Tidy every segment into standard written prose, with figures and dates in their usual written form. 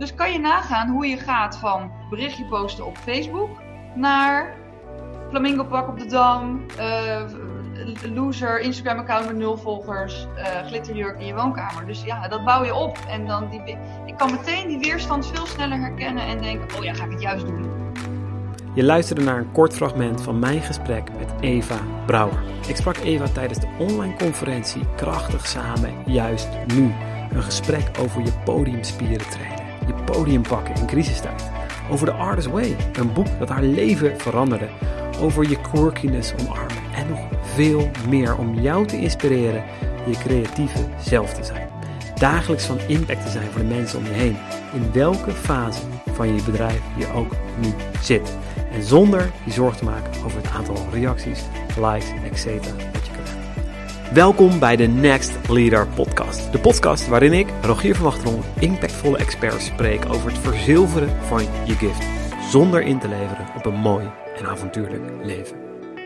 Dus kan je nagaan hoe je gaat van berichtje posten op Facebook naar flamingo pak op de Dam, loser, Instagram account met 0 volgers, glitterjurk in je woonkamer. Dus ja, dat bouw je op. En dan ik kan meteen die weerstand veel sneller herkennen en denken, oh ja, ga ik het juist doen. Je luisterde naar een kort fragment van mijn gesprek met Eva Brouwer. Ik sprak Eva tijdens de online conferentie Krachtig Samen Juist Nu. Een gesprek over je podiumspieren trainen, je podium pakken in crisistijd. Over The Artist Way, een boek dat haar leven veranderde. Over je quirkiness omarmen en nog veel meer om jou te inspireren je creatieve zelf te zijn. Dagelijks van impact te zijn voor de mensen om je heen. In welke fase van je bedrijf je ook nu zit. En zonder je zorgen te maken over het aantal reacties, likes, etc. dat je krijgt. Welkom bij de Next Leader podcast. De podcast waarin ik, Rogier van Wachterom, impactvolle experts spreek over het verzilveren van je gift. Zonder in te leveren op een mooi en avontuurlijk leven.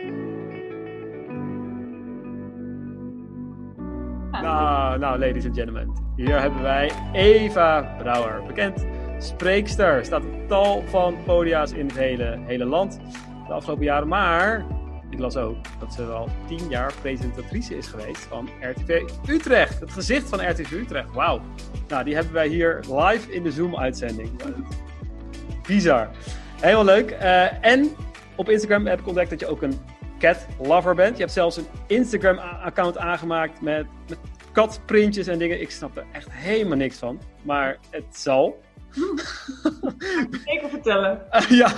Nou, ladies and gentlemen. Hier hebben wij Eva Brouwer. Bekend spreekster. Staat op tal van podia's in het hele land. De afgelopen jaren. Maar ik las ook dat ze wel 10 jaar presentatrice is geweest van RTV Utrecht. Het gezicht van RTV Utrecht. Wauw. Nou, die hebben wij hier live in de Zoom-uitzending. Bizar. Helemaal leuk. En op Instagram heb ik ontdekt dat je ook een cat lover bent. Je hebt zelfs een Instagram-account aangemaakt met katprintjes en dingen. Ik snap er echt helemaal niks van. Maar het zal. Zeker vertellen. Ja.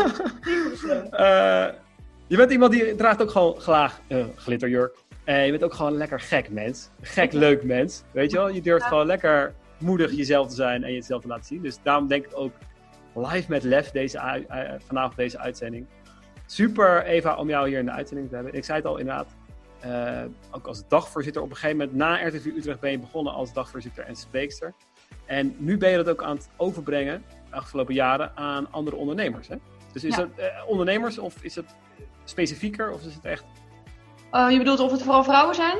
Je bent iemand die draagt ook gewoon graag glitterjurk. En je bent ook gewoon een lekker gek mens. Gek leuk mens. Weet je wel? Je durft gewoon lekker moedig jezelf te zijn en jezelf te laten zien. Dus daarom denk ik ook live met lef vanavond deze uitzending. Super Eva om jou hier in de uitzending te hebben. Ik zei het al inderdaad. Ook als dagvoorzitter. Op een gegeven moment na RTV Utrecht ben je begonnen als dagvoorzitter en spreekster. En nu ben je dat ook aan het overbrengen, de afgelopen jaren, aan andere ondernemers. Hè? Dus is het ondernemers of is het specifieker of is het echt? Je bedoelt of het vooral vrouwen zijn?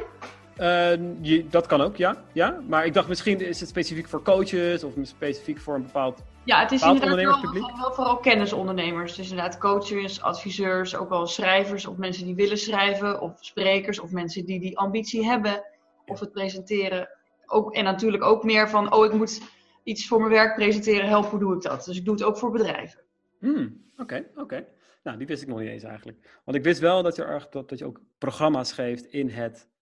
Dat kan ook, ja. Maar ik dacht misschien is het specifiek voor coaches of specifiek voor een bepaald het is ondernemerspubliek. Wel vooral kennisondernemers. Dus inderdaad coaches, adviseurs, ook wel schrijvers of mensen die willen schrijven of sprekers of mensen die die ambitie hebben of het presenteren. En natuurlijk ook meer van, ik moet iets voor mijn werk presenteren, help, hoe doe ik dat? Dus ik doe het ook voor bedrijven. Oké. Nou, die wist ik nog niet eens eigenlijk. Want ik wist wel dat je ook programma's geeft in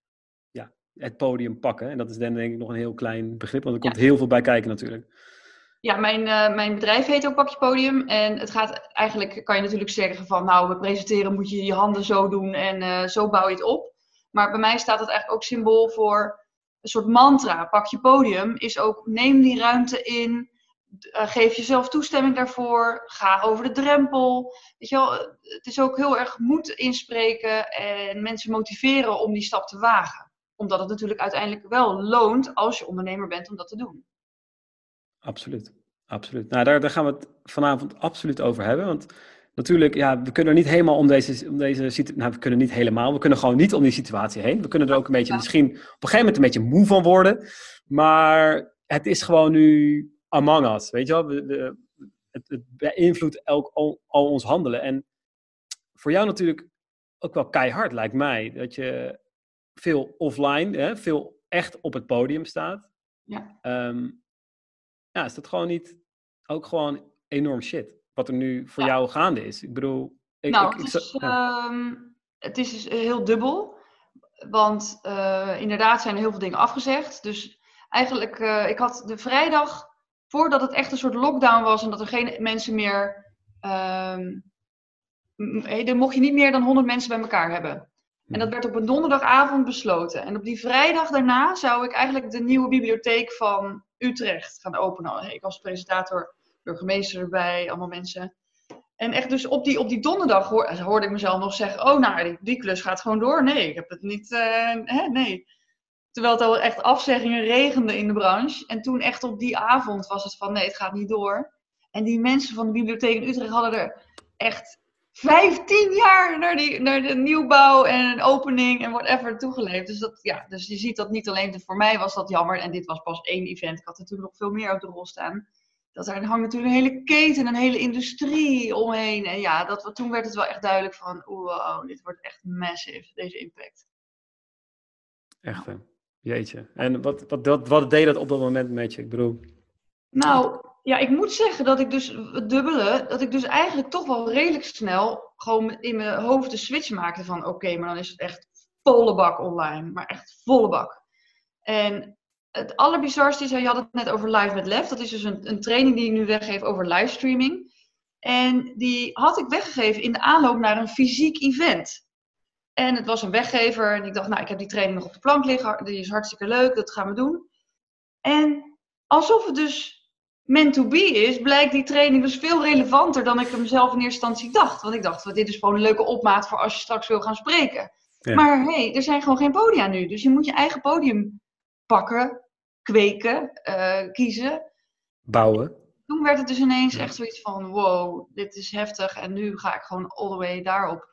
het podium pakken. En dat is dan denk ik nog een heel klein begrip, want er komt heel veel bij kijken natuurlijk. Ja, mijn bedrijf heet ook Pak je Podium. En het gaat eigenlijk, kan je natuurlijk zeggen van, we presenteren moet je je handen zo doen en zo bouw je het op. Maar bij mij staat het eigenlijk ook symbool voor een soort mantra. Pak je podium is ook, neem die ruimte in, geef jezelf toestemming daarvoor, ga over de drempel. Weet je wel, het is ook heel erg moed inspreken en mensen motiveren om die stap te wagen. Omdat het natuurlijk uiteindelijk wel loont als je ondernemer bent om dat te doen. Absoluut. Nou, daar gaan we het vanavond absoluut over hebben. Want natuurlijk, we kunnen er niet helemaal om deze situatie. Nou, we kunnen niet helemaal. We kunnen gewoon niet om die situatie heen. We kunnen er ook een beetje misschien op een gegeven moment een beetje moe van worden. Maar het is gewoon nu among us. Weet je wel? Het beïnvloedt al ons handelen. En voor jou natuurlijk ook wel keihard, lijkt mij. Dat je veel offline, veel echt op het podium staat. Ja. Is dat gewoon niet ook gewoon enorm shit? Wat er nu voor jou gaande is. Ik bedoel... Het is dus heel dubbel. Want inderdaad zijn er heel veel dingen afgezegd. Dus eigenlijk, ik had de vrijdag, voordat het echt een soort lockdown was en dat er geen mensen meer... dan mocht je niet meer dan 100 mensen bij elkaar hebben. En dat werd op een donderdagavond besloten. En op die vrijdag daarna zou ik eigenlijk de nieuwe bibliotheek van Utrecht gaan openen. Ik als presentator, burgemeester erbij, allemaal mensen. En echt dus op die donderdag hoorde ik mezelf nog zeggen, die klus gaat gewoon door. Nee, ik heb het niet, nee. Terwijl het al echt afzeggingen regende in de branche. En toen echt op die avond was het van, nee, het gaat niet door. En die mensen van de bibliotheek in Utrecht hadden er echt 15 jaar naar de nieuwbouw en opening en whatever toegeleefd. Dus je ziet dat niet alleen voor mij was dat jammer. En dit was pas 1 event. Ik had natuurlijk nog veel meer op de rol staan. daar hangt natuurlijk een hele keten, een hele industrie omheen. En ja, toen werd het wel echt duidelijk van, wow, dit wordt echt massive, deze impact. Echt, hè? Jeetje. En wat deed dat op dat moment met je? Ik bedoel... Nou, ja, ik moet zeggen dat ik dus het dubbele, dat ik dus eigenlijk toch wel redelijk snel gewoon in mijn hoofd de switch maakte van oké, maar dan is het echt volle bak online. Maar echt volle bak. En het allerbizarste is, je had het net over Live met Lef. Dat is dus een training die ik nu weggeef over livestreaming. En die had ik weggegeven in de aanloop naar een fysiek event. En het was een weggever en ik dacht, nou, ik heb die training nog op de plank liggen. Die is hartstikke leuk, dat gaan we doen. En alsof het dus meant to be is, blijkt die training dus veel relevanter dan ik hem zelf in eerste instantie dacht. Want ik dacht, dit is gewoon een leuke opmaat voor als je straks wil gaan spreken. Ja. Maar hey, er zijn gewoon geen podia nu. Dus je moet je eigen podium pakken, kweken, kiezen. Bouwen. Toen werd het dus ineens echt zoiets van, wow, dit is heftig. En nu ga ik gewoon all the way daarop.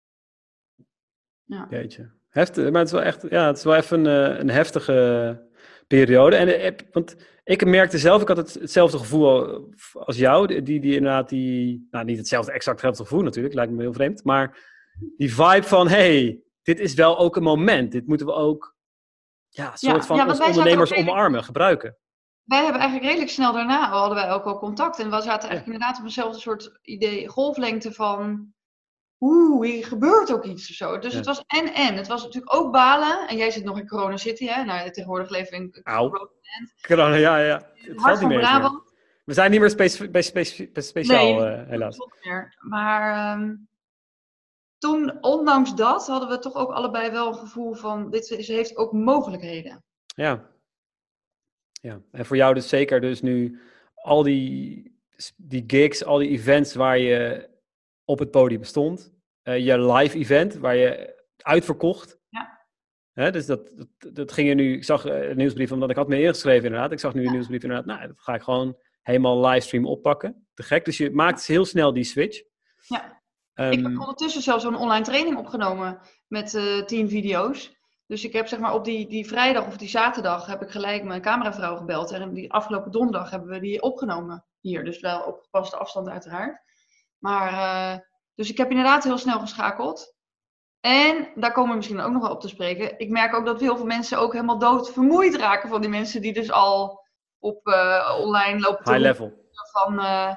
Ja. Jeetje. Heftig, maar het is wel echt, ja, het is wel even een heftige periode. En, want ik merkte zelf, ik had hetzelfde gevoel als jou. Die inderdaad, nou niet hetzelfde exact gevoel natuurlijk, lijkt me heel vreemd. Maar die vibe van, hey, dit is wel ook een moment. Dit moeten we ook, ja, soort van als ondernemers omarmen, gebruiken. Wij hebben eigenlijk redelijk snel daarna, hadden wij ook al contact. En we zaten eigenlijk inderdaad op eenzelfde soort idee, golflengte van... hier gebeurt ook iets of zo. Dus het was en. Het was natuurlijk ook balen. En jij zit nog in Corona City, hè? Nou, tegenwoordig leven we in Corona, ja. Het hart van Brabant. We zijn niet meer speciaal, helaas. Niet meer. Maar toen, ondanks dat, hadden we toch ook allebei wel een gevoel van... dit heeft ook mogelijkheden. Ja. En voor jou dus zeker dus nu al die gigs, al die events waar je... op het podium stond. Je live event, waar je uitverkocht. Ja. Dus dat ging je nu... Ik zag een nieuwsbrief, omdat ik had me ingeschreven inderdaad. Ik zag nu een nieuwsbrief inderdaad. Nou, dat ga ik gewoon helemaal livestream oppakken. Te gek. Dus je maakt heel snel die switch. Ja. Ik heb ondertussen zelfs zo'n online training opgenomen met 10 video's. Dus ik heb zeg maar op die vrijdag of die zaterdag heb ik gelijk mijn cameravrouw gebeld. En die afgelopen donderdag hebben we die opgenomen hier. Dus wel op gepaste afstand uiteraard. Maar, dus ik heb inderdaad heel snel geschakeld. En daar komen we misschien ook nog wel op te spreken. Ik merk ook dat heel veel mensen ook helemaal doodvermoeid raken van die mensen die dus al op online lopen. High level. Van,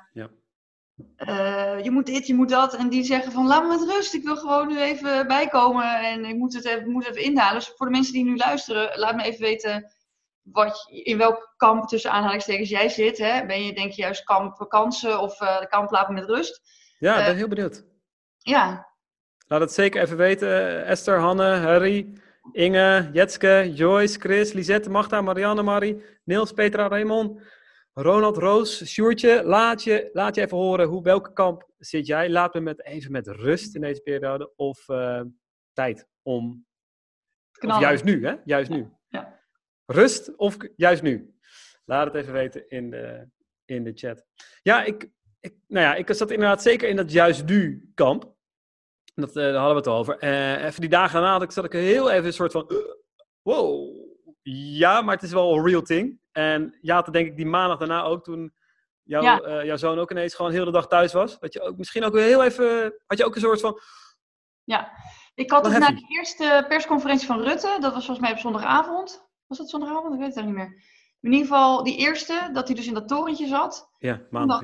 je moet dit, je moet dat. En die zeggen van, laat me met rust. Ik wil gewoon nu even bijkomen en ik moet even indalen. Dus voor de mensen die nu luisteren, laat me even weten in welk kamp tussen aanhalingstekens jij zit. Hè? Denk je juist kamp kansen of de kamp laat me met rust? Ja, ik ben heel benieuwd. Ja. Laat het zeker even weten. Esther, Hanne, Harry, Inge, Jetske, Joyce, Chris, Lisette, Magda, Marianne, Marie, Niels, Petra, Raymond, Ronald, Roos, Sjoertje. Laat je even horen welke kamp zit jij. Laat me even met rust in deze periode. Of tijd om... Of juist nu, hè? Juist nu. Ja. Rust of juist nu? Laat het even weten in de chat. Ja, ik zat inderdaad zeker in dat juist nu kamp. Daar hadden we het over. Even die dagen daarna zat ik heel even een soort van... wow. Ja, maar het is wel een real thing. En ja, denk ik die maandag daarna ook, toen jouw zoon ook ineens gewoon heel de dag thuis was. Dat je ook misschien ook weer heel even... Had je ook een soort van... Ja, ik had het na de eerste persconferentie van Rutte. Dat was volgens mij op zondagavond. Was dat zondagavond? Ik weet het eigenlijk niet meer. In ieder geval die eerste, dat hij dus in dat torentje zat. Ja, maandag,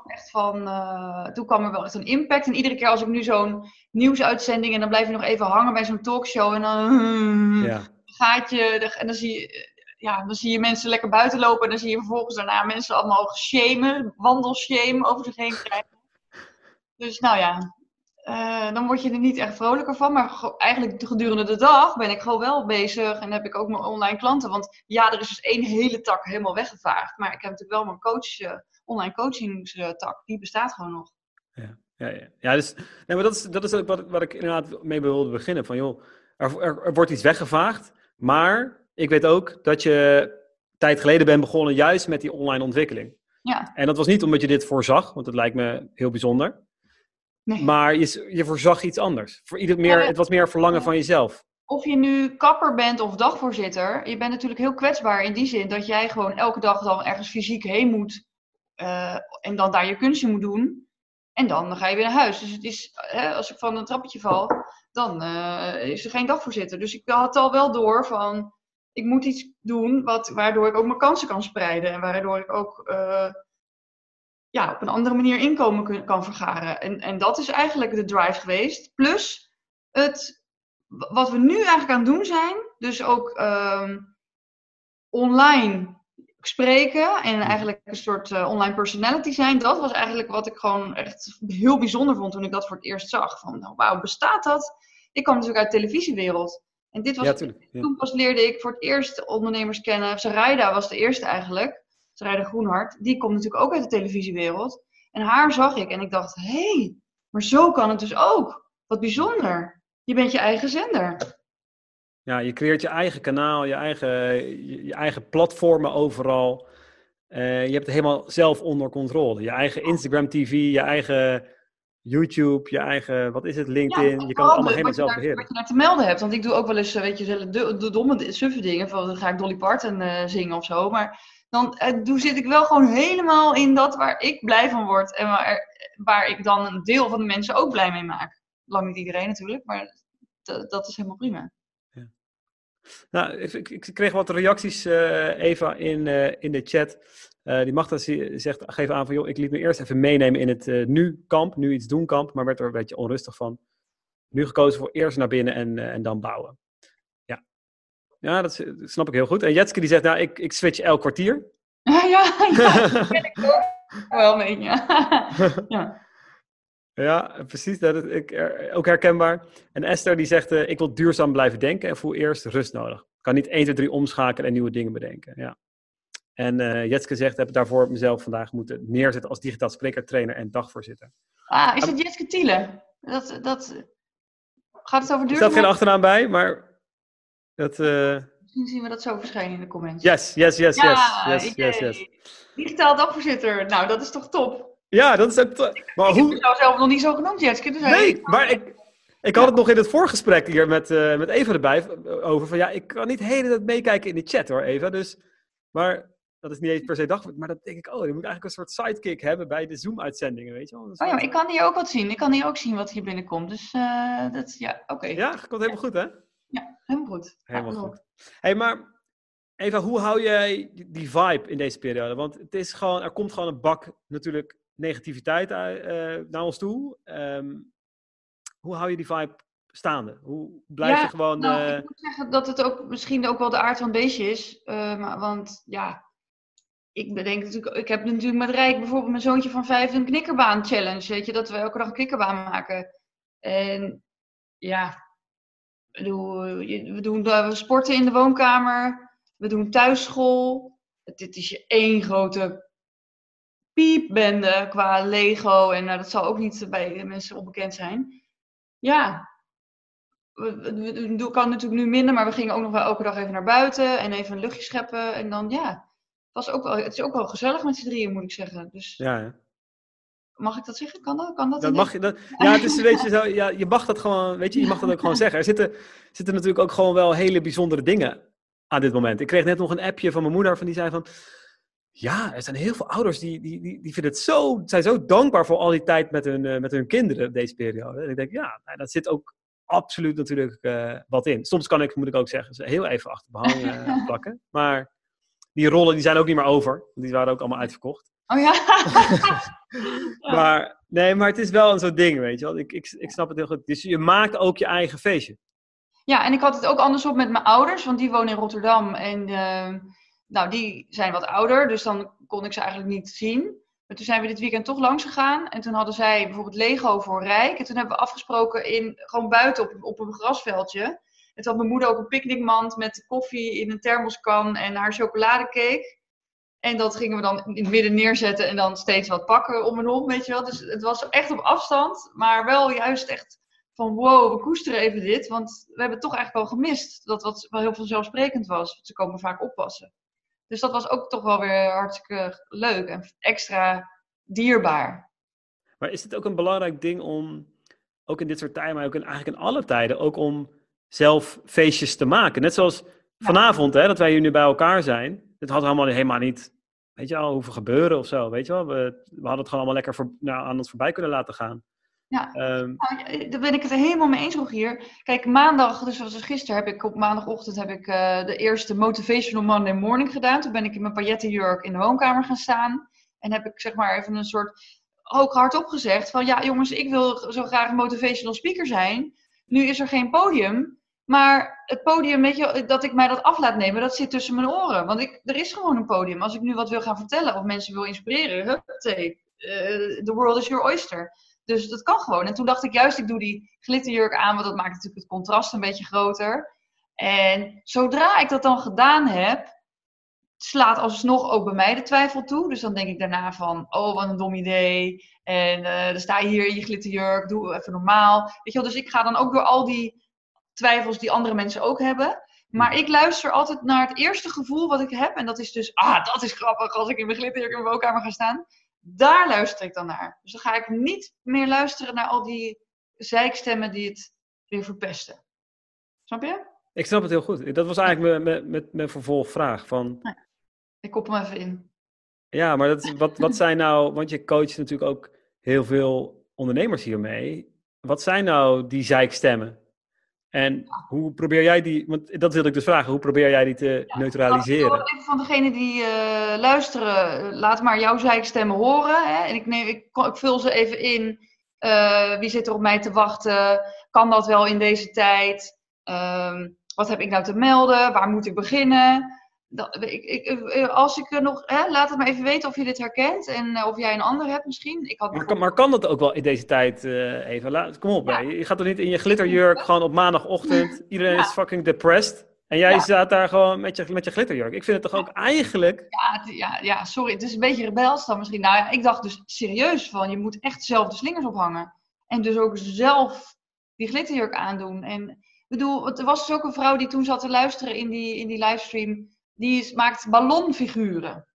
Toen kwam er wel echt een impact. En iedere keer als ik nu zo'n nieuwsuitzending... en dan blijf je nog even hangen bij zo'n talkshow... en dan gaat je... En dan zie je mensen lekker buiten lopen... en dan zie je vervolgens daarna mensen allemaal shamen... wandelshame over zich heen krijgen. Dus nou ja... dan word je er niet echt vrolijker van. Maar eigenlijk gedurende de dag ben ik gewoon wel bezig. En heb ik ook mijn online klanten. Want ja, er is dus één hele tak helemaal weggevaagd. Maar ik heb natuurlijk wel mijn online coachingstak. Die bestaat gewoon nog. Ja, dus, maar dat is ook wat ik inderdaad mee wilde beginnen. Van joh, er wordt iets weggevaagd. Maar ik weet ook dat je een tijd geleden bent begonnen juist met die online ontwikkeling. Ja. En dat was niet omdat je dit voorzag. Want dat lijkt me heel bijzonder. Nee. Maar je voorzag iets anders. Het was meer verlangen van jezelf. Of je nu kapper bent of dagvoorzitter, je bent natuurlijk heel kwetsbaar in die zin dat jij gewoon elke dag dan ergens fysiek heen moet en dan daar je kunstje moet doen. En dan ga je weer naar huis. Dus het is, als ik van een trappetje val, dan is er geen dagvoorzitter. Dus ik had al wel door van, ik moet iets doen waardoor ik ook mijn kansen kan spreiden. En waardoor ik ook op een andere manier inkomen kan vergaren. En dat is eigenlijk de drive geweest. Plus wat we nu eigenlijk aan het doen zijn, dus ook online spreken en eigenlijk een soort online personality zijn. Dat was eigenlijk wat ik gewoon echt heel bijzonder vond toen ik dat voor het eerst zag. Van, nou, wauw, bestaat dat? Ik kwam natuurlijk uit de televisiewereld. En dit was, toen pas leerde ik voor het eerst ondernemers kennen. Sarayda was de eerste eigenlijk. Sarayda Groenhart. Die komt natuurlijk ook uit de televisiewereld. En haar zag ik en ik dacht, hé, maar zo kan het dus ook. Wat bijzonder. Je bent je eigen zender. Ja, je creëert je eigen kanaal, je eigen platformen overal. Je hebt het helemaal zelf onder controle. Je eigen Instagram TV, je eigen YouTube, je eigen, wat is het, LinkedIn. Je kan het allemaal helemaal zelf beheren. Wat je daar te melden hebt. Want ik doe ook wel eens, weet je, de domme, suffe dingen. Van, dan ga ik Dolly Parton zingen of zo. Maar dan zit ik wel gewoon helemaal in dat waar ik blij van word. En waar ik dan een deel van de mensen ook blij mee maak. Lang niet iedereen natuurlijk, maar dat is helemaal prima. Ja. Nou, ik kreeg wat reacties, Eva, in de chat. Die Magda zegt, geef aan van, joh, ik liet me eerst even meenemen in het nu-kamp, nu iets doen kamp, maar werd er een beetje onrustig van. Nu gekozen voor eerst naar binnen en dan bouwen. Ja, dat snap ik heel goed. En Jetske die zegt, nou, ik switch elk kwartier. Ja, dat ken ik ook wel mee. Ja. Ja, precies. Dat is ook herkenbaar. En Esther die zegt, ik wil duurzaam blijven denken en voel eerst rust nodig. Ik kan niet 1, 2, 3 omschakelen en nieuwe dingen bedenken. Ja. En Jetske zegt, heb daarvoor mezelf vandaag moeten neerzetten als digitaal spreker, trainer en dagvoorzitter. Ah, is het Jetske Thiele? Gaat het over duurzaam? Er staat geen achternaam bij, maar dat... Misschien zien we dat zo verschijnen in de comments. Yes. Digitaal dagvoorzitter. Nou, dat is toch top? Ja, dat is ook top. Maar ik heb het zelf nog niet zo genoemd, Jetske. Dus nee, maar ik had het nog in het voorgesprek hier met Eva erbij over van, ja, ik kan niet de hele tijd meekijken in de chat hoor, Eva. Dus, maar dat is niet eens per se dagvoorzitter. Maar dan denk ik, je moet eigenlijk een soort sidekick hebben bij de Zoom-uitzendingen, weet je wel. Ja, maar ik kan hier ook wat zien. Ik kan hier ook zien wat hier binnenkomt. Dus oké. Ja, komt helemaal goed, hè? Ja, helemaal goed. Helemaal goed. Hey, maar Eva, hoe hou jij die vibe in deze periode? Want het is gewoon, er komt gewoon een bak natuurlijk negativiteit naar ons toe. Hoe hou je die vibe staande? Hoe blijf je gewoon... Nou, ik moet zeggen dat het ook misschien ook wel de aard van het beestje is. Want ja, ik bedenk natuurlijk... Ik heb natuurlijk met Rijk bijvoorbeeld mijn zoontje van 5 een knikkerbaan challenge. Weet je, dat we elke dag een knikkerbaan maken. En ja... We sporten in de woonkamer. We doen thuisschool. Dit is één grote piepbende qua Lego. En dat zal ook niet bij mensen onbekend zijn. Ja. We kan natuurlijk nu minder. Maar we gingen ook nog wel elke dag even naar buiten. En even een luchtje scheppen. En dan het is ook wel gezellig met z'n drieën, moet ik zeggen. Dus, ja. Mag ik dat zeggen? Kan dat? Dat mag je. Ja, het is een beetje zo. Ja, je mag dat gewoon. Weet je mag dat ook gewoon zeggen. Er zitten natuurlijk ook gewoon wel hele bijzondere dingen aan dit moment. Ik kreeg net nog een appje van mijn moeder van die zei van, ja, er zijn heel veel ouders die vinden het zijn zo dankbaar voor al die tijd met hun kinderen deze periode. En ik denk, ja, dat zit ook absoluut natuurlijk wat in. Soms moet ik ook zeggen, ze heel even achter behang plakken. Maar die rollen die zijn ook niet meer over. Die waren ook allemaal uitverkocht. Oh ja? Maar het is wel een zo'n ding, weet je wel. Ik snap het heel goed. Dus je maakt ook je eigen feestje. Ja, en ik had het ook andersom met mijn ouders, want die wonen in Rotterdam. En die zijn wat ouder, dus dan kon ik ze eigenlijk niet zien. Maar toen zijn we dit weekend toch langs gegaan. En toen hadden zij bijvoorbeeld Lego voor Rijk. En toen hebben we afgesproken gewoon buiten op een grasveldje. En toen had mijn moeder ook een picknickmand met koffie in een thermoskan en haar chocoladecake. En dat gingen we dan in het midden neerzetten en dan steeds wat pakken om en om, weet je wel. Dus het was echt op afstand, maar wel juist echt van wow, we koesteren even dit. Want we hebben het toch eigenlijk wel gemist. Dat wat wel heel vanzelfsprekend was. Want ze komen vaak oppassen. Dus dat was ook toch wel weer hartstikke leuk en extra dierbaar. Maar is het ook een belangrijk ding om, ook in dit soort tijden, maar ook eigenlijk in alle tijden, ook om zelf feestjes te maken? Net zoals vanavond, hè, dat wij hier nu bij elkaar zijn. Het had helemaal niet weet je wel, hoeven gebeuren of zo, weet je wel. We hadden het gewoon allemaal lekker aan ons voorbij kunnen laten gaan. Ja, daar ben ik het er helemaal mee eens, Rogier. Kijk, maandag, dus zoals gisteren, heb ik op maandagochtend de eerste Motivational Monday Morning gedaan. Toen ben ik in mijn paillettenjurk in de woonkamer gaan staan. En heb ik zeg maar even een soort, ook hardop gezegd van, ja jongens, ik wil zo graag een motivational speaker zijn. Nu is er geen podium. Maar het podium, weet je, dat ik mij dat af laat nemen, dat zit tussen mijn oren. Want er is gewoon een podium. Als ik nu wat wil gaan vertellen of mensen wil inspireren, huppatee, the world is your oyster. Dus dat kan gewoon. En toen dacht ik juist, ik doe die glitterjurk aan, want dat maakt natuurlijk het contrast een beetje groter. En zodra ik dat dan gedaan heb, slaat alsnog ook bij mij de twijfel toe. Dus dan denk ik daarna van, oh wat een dom idee. En dan sta je hier in je glitterjurk, doe even normaal. Weet je wel, dus ik ga dan ook door al die twijfels die andere mensen ook hebben. Maar ik luister altijd naar het eerste gevoel wat ik heb. En dat is dus, dat is grappig als ik in mijn glitterjurk in mijn woonkamer ga staan. Daar luister ik dan naar. Dus dan ga ik niet meer luisteren naar al die zeikstemmen die het weer verpesten. Snap je? Ik snap het heel goed. Dat was eigenlijk mijn vervolgvraag. Van... Ja. Ik kop hem even in. Ja, maar wat zijn nou... Want je coacht natuurlijk ook heel veel ondernemers hiermee. Wat zijn nou die zeikstemmen? En hoe probeer jij die... Want dat wilde ik dus vragen. Hoe probeer jij die te neutraliseren? Even van degene die luisteren, laat maar jouw zeikstemmen horen. Hè? En ik vul ze even in. Wie zit er op mij te wachten? Kan dat wel in deze tijd? Wat heb ik nou te melden? Waar moet ik beginnen? Laat het maar even weten of je dit herkent. En of jij een ander hebt misschien. Maar kan dat ook wel in deze tijd, Eva? Kom op, ja. Je gaat toch niet in je glitterjurk gewoon op maandagochtend. Iedereen is fucking depressed. En jij staat daar gewoon met je glitterjurk. Ik vind het toch ook eigenlijk... Ja, sorry. Het is een beetje rebels dan misschien. Nou ja, ik dacht dus serieus van, je moet echt zelf de slingers ophangen. En dus ook zelf die glitterjurk aandoen. En ik bedoel, er was dus ook een vrouw die toen zat te luisteren in die livestream. Die maakt ballonfiguren.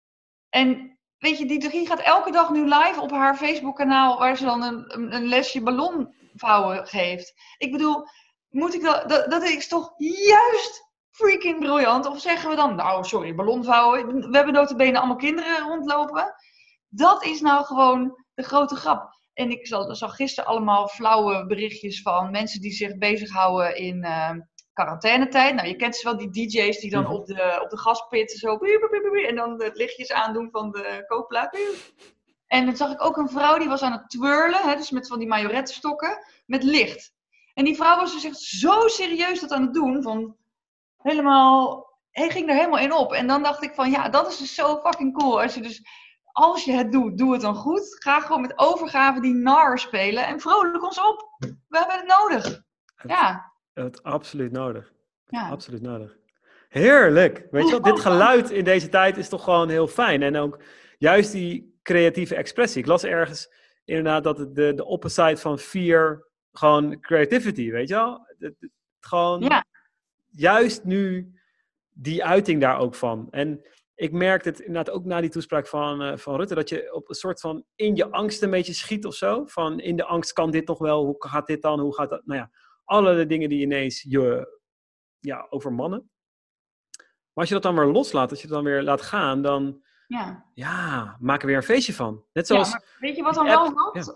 En weet je, die gaat elke dag nu live op haar Facebook-kanaal, waar ze dan een lesje ballonvouwen geeft. Ik bedoel, moet ik dat is toch juist freaking briljant? Of zeggen we dan, nou sorry, ballonvouwen, we hebben nota bene allemaal kinderen rondlopen. Dat is nou gewoon de grote grap. En ik zag gisteren allemaal flauwe berichtjes van mensen die zich bezighouden in quarantainetijd. Nou, je kent ze wel, die DJ's die dan op de gaspit zo en dan de lichtjes aandoen van de kookplaat. En dan zag ik ook een vrouw die was aan het twirlen, dus met van die majorettenstokken, met licht. En die vrouw was dus echt zo serieus dat aan het doen, van helemaal, hij ging er helemaal in op. En dan dacht ik van, ja, dat is dus zo fucking cool. Als je het doet, doe het dan goed. Ga gewoon met overgave die nar spelen en vrolijk ons op. We hebben het nodig. Het absoluut nodig. Ja. Absoluut nodig. Heerlijk. Weet je wel, dit geluid in deze tijd is toch gewoon heel fijn. En ook juist die creatieve expressie. Ik las ergens inderdaad dat de opposite van fear gewoon creativity, weet je wel? Gewoon juist nu die uiting daar ook van. En ik merkte het inderdaad ook na die toespraak van Rutte, dat je op een soort van in je angst een beetje schiet of zo. Van in de angst kan dit nog wel, hoe gaat dit dan, hoe gaat dat? Nou ja, alle dingen die ineens je overmannen. Maar als je dat dan weer loslaat, als je het dan weer laat gaan, dan maak er weer een feestje van. Net zoals... Ja, maar weet je wat dan wel helpt?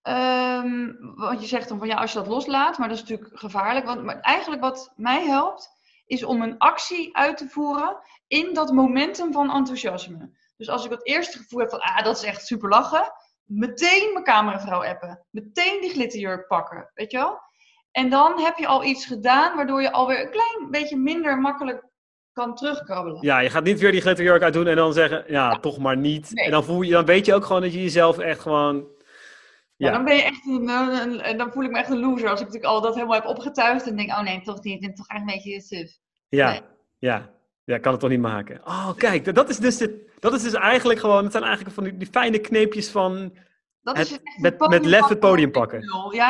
Want je zegt dan van als je dat loslaat, maar dat is natuurlijk gevaarlijk. Maar eigenlijk wat mij helpt, is om een actie uit te voeren in dat momentum van enthousiasme. Dus als ik het eerste gevoel heb van, dat is echt super lachen, meteen mijn cameravrouw appen. Meteen die glitterjurk pakken, weet je wel? En dan heb je al iets gedaan, waardoor je alweer een klein beetje minder makkelijk kan terugkrabbelen. Ja, je gaat niet weer die glitterjurk uitdoen en dan zeggen, toch maar niet. Nee. En dan weet je ook gewoon dat je jezelf echt gewoon... Ja, dan ben je echt dan voel ik me echt een loser als ik natuurlijk al dat helemaal heb opgetuigd en denk, oh nee, toch niet, ik ben toch eigenlijk een beetje suf. Ja, kan het toch niet maken. Oh, kijk, dat is dus eigenlijk gewoon, het zijn eigenlijk van die fijne kneepjes van met lef het podium pakken.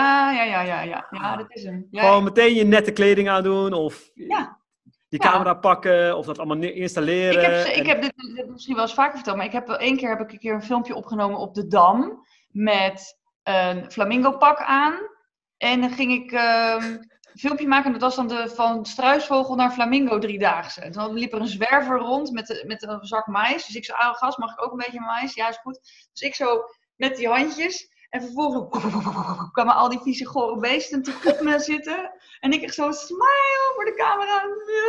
Ja, dat is hem. Ja, gewoon meteen je nette kleding aandoen of die camera pakken of dat allemaal installeren. Ik heb dit misschien wel eens vaker verteld, maar één keer heb ik een keer een filmpje opgenomen op de Dam met een flamingo pak aan. En dan ging ik filmpje maken. En dat was dan van struisvogel naar flamingo 3-daagse. En toen liep er een zwerver rond met een zak mais. Dus ik zei, gast, mag ik ook een beetje mais? Ja, is goed. Dus ik zo met die handjes. En vervolgens kwamen al die vieze gore beesten natuurlijk op me zitten. En ik echt zo smile voor de camera.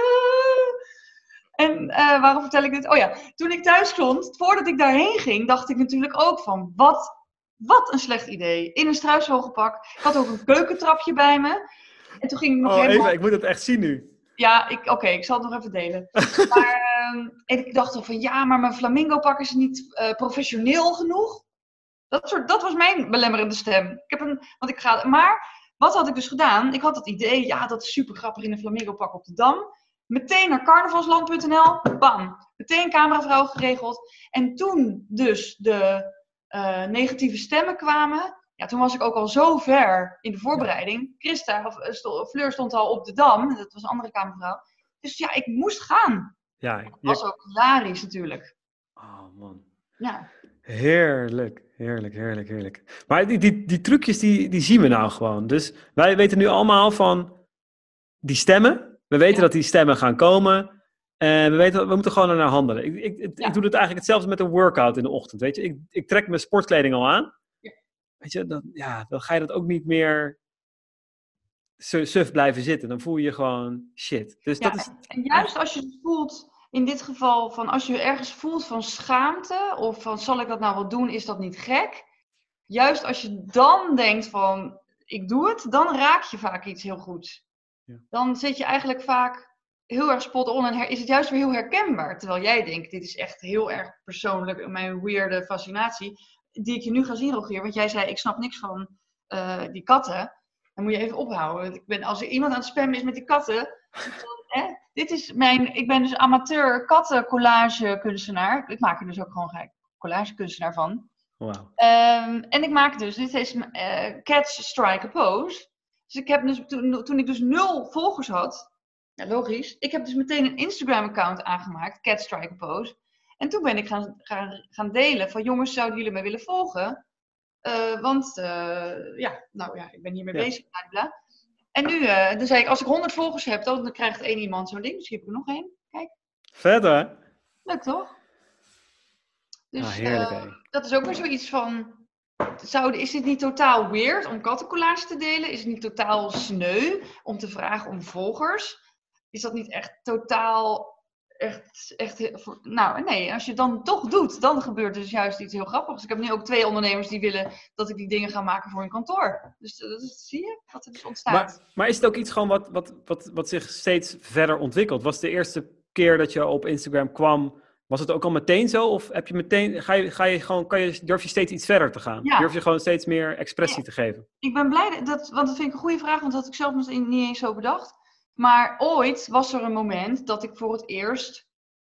En waarom vertel ik dit? Oh ja, toen ik thuis stond, voordat ik daarheen ging, dacht ik natuurlijk ook van, wat een slecht idee. In een struisvogelpak. Ik had ook een keukentrapje bij me. En toen ging ik nog helemaal... Eva, ik moet het echt zien nu. Ja, ik zal het nog even delen. Maar, en ik dacht van, ja, maar mijn flamingo-pak is niet professioneel genoeg. Dat was mijn belemmerende stem. Maar, wat had ik dus gedaan? Ik had het idee, ja, dat is super grappig in een flamingo-pak op de Dam. Meteen naar carnavalsland.nl. Bam. Meteen cameravrouw geregeld. En toen dus de negatieve stemmen kwamen... Ja, toen was ik ook al zo ver in de voorbereiding. Fleur stond al op de Dam. Dat was een andere kamervrouw. Dus ja, ik moest gaan. Ja, dat was ook hilarisch natuurlijk. Oh man. Ja. Heerlijk. Maar die trucjes, die zien we nou gewoon. Dus wij weten nu allemaal van die stemmen. We weten dat die stemmen gaan komen. En we moeten gewoon naar handelen. Ik doe het eigenlijk hetzelfde met een workout in de ochtend. Weet je? Ik trek mijn sportkleding al aan. Weet je, dan ga je dat ook niet meer suf blijven zitten. Dan voel je je gewoon shit. Dus dat is... En juist als je het voelt, in dit geval, van als je ergens voelt van schaamte, of van zal ik dat nou wel doen, is dat niet gek? Juist als je dan denkt van, ik doe het, dan raak je vaak iets heel goeds. Ja. Dan zit je eigenlijk vaak heel erg spot on en is het juist weer heel herkenbaar. Terwijl jij denkt, dit is echt heel erg persoonlijk, mijn weirde fascinatie. Die ik je nu ga zien, Rogier. Want jij zei, ik snap niks van die katten. Dan moet je even ophouden. Als er iemand aan het spammen is met die katten... Ik ben dus amateur kattencollage kunstenaar. Ik maak er dus ook gewoon collage kunstenaar van. Wow. En ik maak dus, dit is Cats Strike a Pose. Dus ik heb dus, toen ik dus 0 volgers had... Ja, logisch. Ik heb dus meteen een Instagram account aangemaakt. Cats Strike a Pose. En toen ben ik gaan delen van jongens, zouden jullie mij willen volgen? Ik ben hiermee bezig. Bla. En nu, dan zei ik, als ik 100 volgers heb, dan krijgt 1 iemand zo'n ding. Dus hier heb ik er nog 1. Kijk. Vet hè? Leuk toch? Dus heerlijk, dat is ook weer zoiets van, is dit niet totaal weird om kattencollage te delen? Is het niet totaal sneu om te vragen om volgers? Is dat niet echt totaal... nee, als je het dan toch doet, dan gebeurt er dus juist iets heel grappigs. Ik heb nu ook 2 ondernemers die willen dat ik die dingen ga maken voor hun kantoor. Dus dat zie je, wat er dus ontstaat. Maar is het ook iets gewoon wat zich steeds verder ontwikkelt? Was de eerste keer dat je op Instagram kwam, was het ook al meteen zo? Of heb je meteen, durf je steeds iets verder te gaan? Ja. Durf je gewoon steeds meer expressie te geven? Ik ben blij, want dat vind ik een goede vraag, want dat had ik zelf niet eens zo bedacht. Maar ooit was er een moment dat ik voor het eerst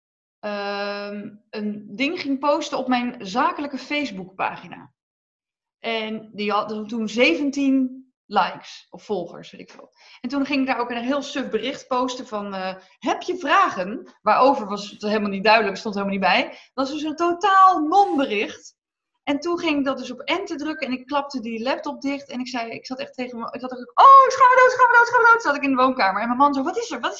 een ding ging posten op mijn zakelijke Facebookpagina. En die had toen 17 likes of volgers, weet ik veel. En toen ging ik daar ook een heel suf bericht posten van, heb je vragen? Waarover was het helemaal niet duidelijk, stond helemaal niet bij. Dat was dus een totaal non-bericht. En toen ging ik dat dus op enter drukken en ik klapte die laptop dicht. En ik zat echt tegen me, ik zat echt, oh, schaam me dood. Zat ik in de woonkamer. En mijn man zo, wat is er?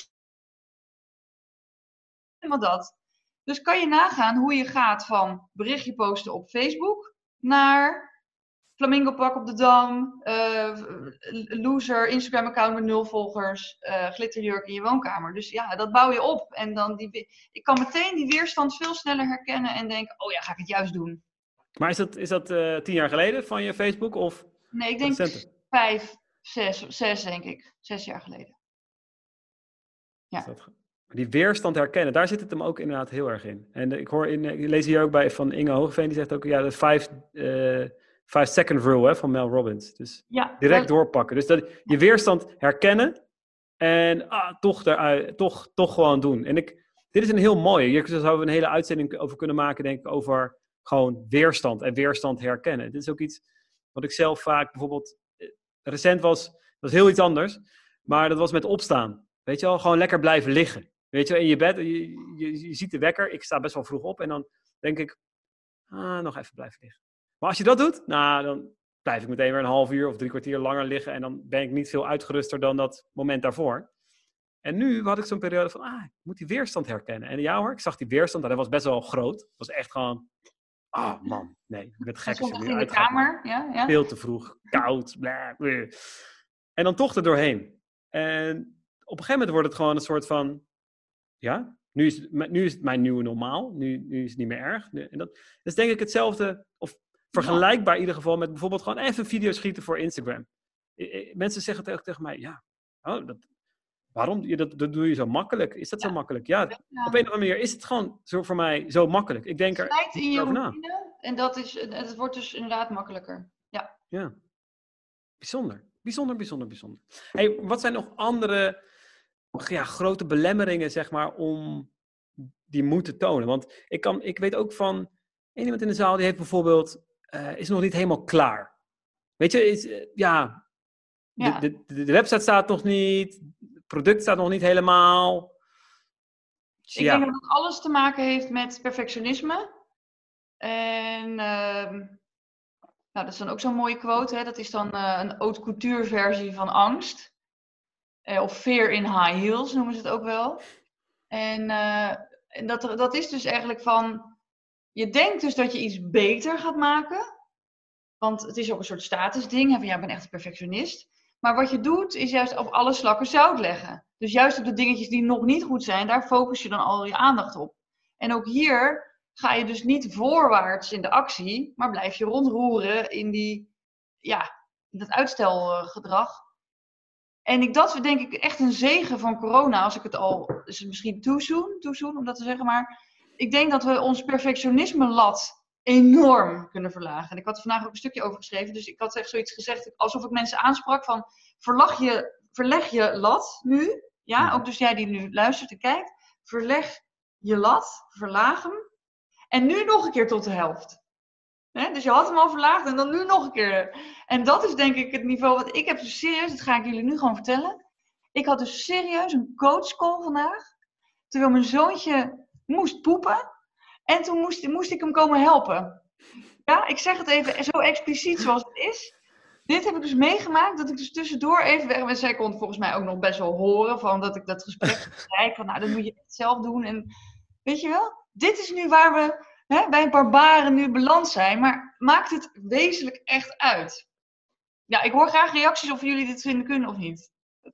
Helemaal dat. Dus kan je nagaan hoe je gaat van berichtje posten op Facebook naar flamingo pak op de Dam, loser, Instagram account met 0 volgers, glitterjurk in je woonkamer. Dus ja, dat bouw je op. En dan ik kan meteen die weerstand veel sneller herkennen en denken, oh ja, ga ik het juist doen. Maar is dat 10 jaar geleden van je Facebook? Of nee, ik denk 5, 6 denk ik. 6 jaar geleden. Ja. Die weerstand herkennen, daar zit het hem ook inderdaad heel erg in. En ik lees hier ook bij van Inge Hoogeveen, die zegt ook, ja, de 5-second rule van Mel Robbins. Dus ja, direct doorpakken. Dus je weerstand herkennen en toch gewoon doen. En dit is een heel mooie. Hier zouden we een hele uitzending over kunnen maken, denk ik, over gewoon weerstand en weerstand herkennen. Dit is ook iets wat ik zelf vaak bijvoorbeeld recent was heel iets anders, maar dat was met opstaan. Weet je wel, gewoon lekker blijven liggen. Weet je wel, in je bed, je ziet de wekker, ik sta best wel vroeg op en dan denk ik, nog even blijven liggen. Maar als je dat doet, nou, blijf ik meteen weer een half uur of 3 kwartier langer liggen. En dan ben ik niet veel uitgeruster dan dat moment daarvoor. En nu had ik zo'n periode van, ik moet die weerstand herkennen. En ja hoor, ik zag die weerstand, dat was best wel groot. Het was echt gewoon, man, nee, ik ben gek als je Zondag nu in de uitgaat. kamer, ja. Veel te vroeg, koud, bla. En dan toch er doorheen. En op een gegeven moment wordt het gewoon een soort van, ja, nu is het mijn nieuwe normaal. Nu is het niet meer erg. En dat is denk ik hetzelfde, of vergelijkbaar in ieder geval met bijvoorbeeld gewoon even een video schieten voor Instagram. Mensen zeggen tegen mij, waarom? Dat doe je zo makkelijk. Is dat zo makkelijk? Ja, op een of andere manier is het gewoon zo voor mij zo makkelijk. Ik denk er in je over na. routine en het wordt dus inderdaad makkelijker. Ja. Bijzonder. Hey, wat zijn nog andere grote belemmeringen, zeg maar, om die moed te tonen? Want ik weet ook van iemand in de zaal die heeft bijvoorbeeld is nog niet helemaal klaar. Weet je, de website staat nog niet, het product staat nog niet helemaal. Ik denk dat het alles te maken heeft met perfectionisme. En dat is dan ook zo'n mooie quote. Hè? Dat is dan een haute couture versie van angst. Of fear in high heels noemen ze het ook wel. En dat is dus eigenlijk van, je denkt dus dat je iets beter gaat maken. Want het is ook een soort statusding. Van, ik ben echt een perfectionist. Maar wat je doet, is juist op alle slakken zout leggen. Dus juist op de dingetjes die nog niet goed zijn, daar focus je dan al je aandacht op. En ook hier ga je dus niet voorwaarts in de actie, maar blijf je rondroeren in dat uitstelgedrag. En dat denk ik echt een zegen van corona, als ik het al, is het misschien too soon om dat te zeggen, maar ik denk dat we ons perfectionisme-lat enorm kunnen verlagen. En ik had er vandaag ook een stukje over geschreven, dus ik had echt zoiets gezegd, alsof ik mensen aansprak van, verleg je lat nu, ook dus jij die nu luistert en kijkt, verleg je lat, verlaag hem, en nu nog een keer tot de helft. Dus je had hem al verlaagd en dan nu nog een keer. En dat is denk ik het niveau wat ik heb. Dus serieus, dat ga ik jullie nu gewoon vertellen. Ik had dus serieus een coachcall vandaag. Terwijl mijn zoontje moest poepen. En toen moest ik hem komen helpen. Ja, ik zeg het even zo expliciet zoals het is. Dit heb ik dus meegemaakt. Dat ik dus tussendoor even weg. En zij kon volgens mij ook nog best wel horen. Van dat ik dat gesprek bereik. Van dat moet je het zelf doen. En weet je wel. Dit is nu waar we bij barbaren nu beland zijn. Maar maakt het wezenlijk echt uit? Ja, ik hoor graag reacties of jullie dit vinden kunnen of niet.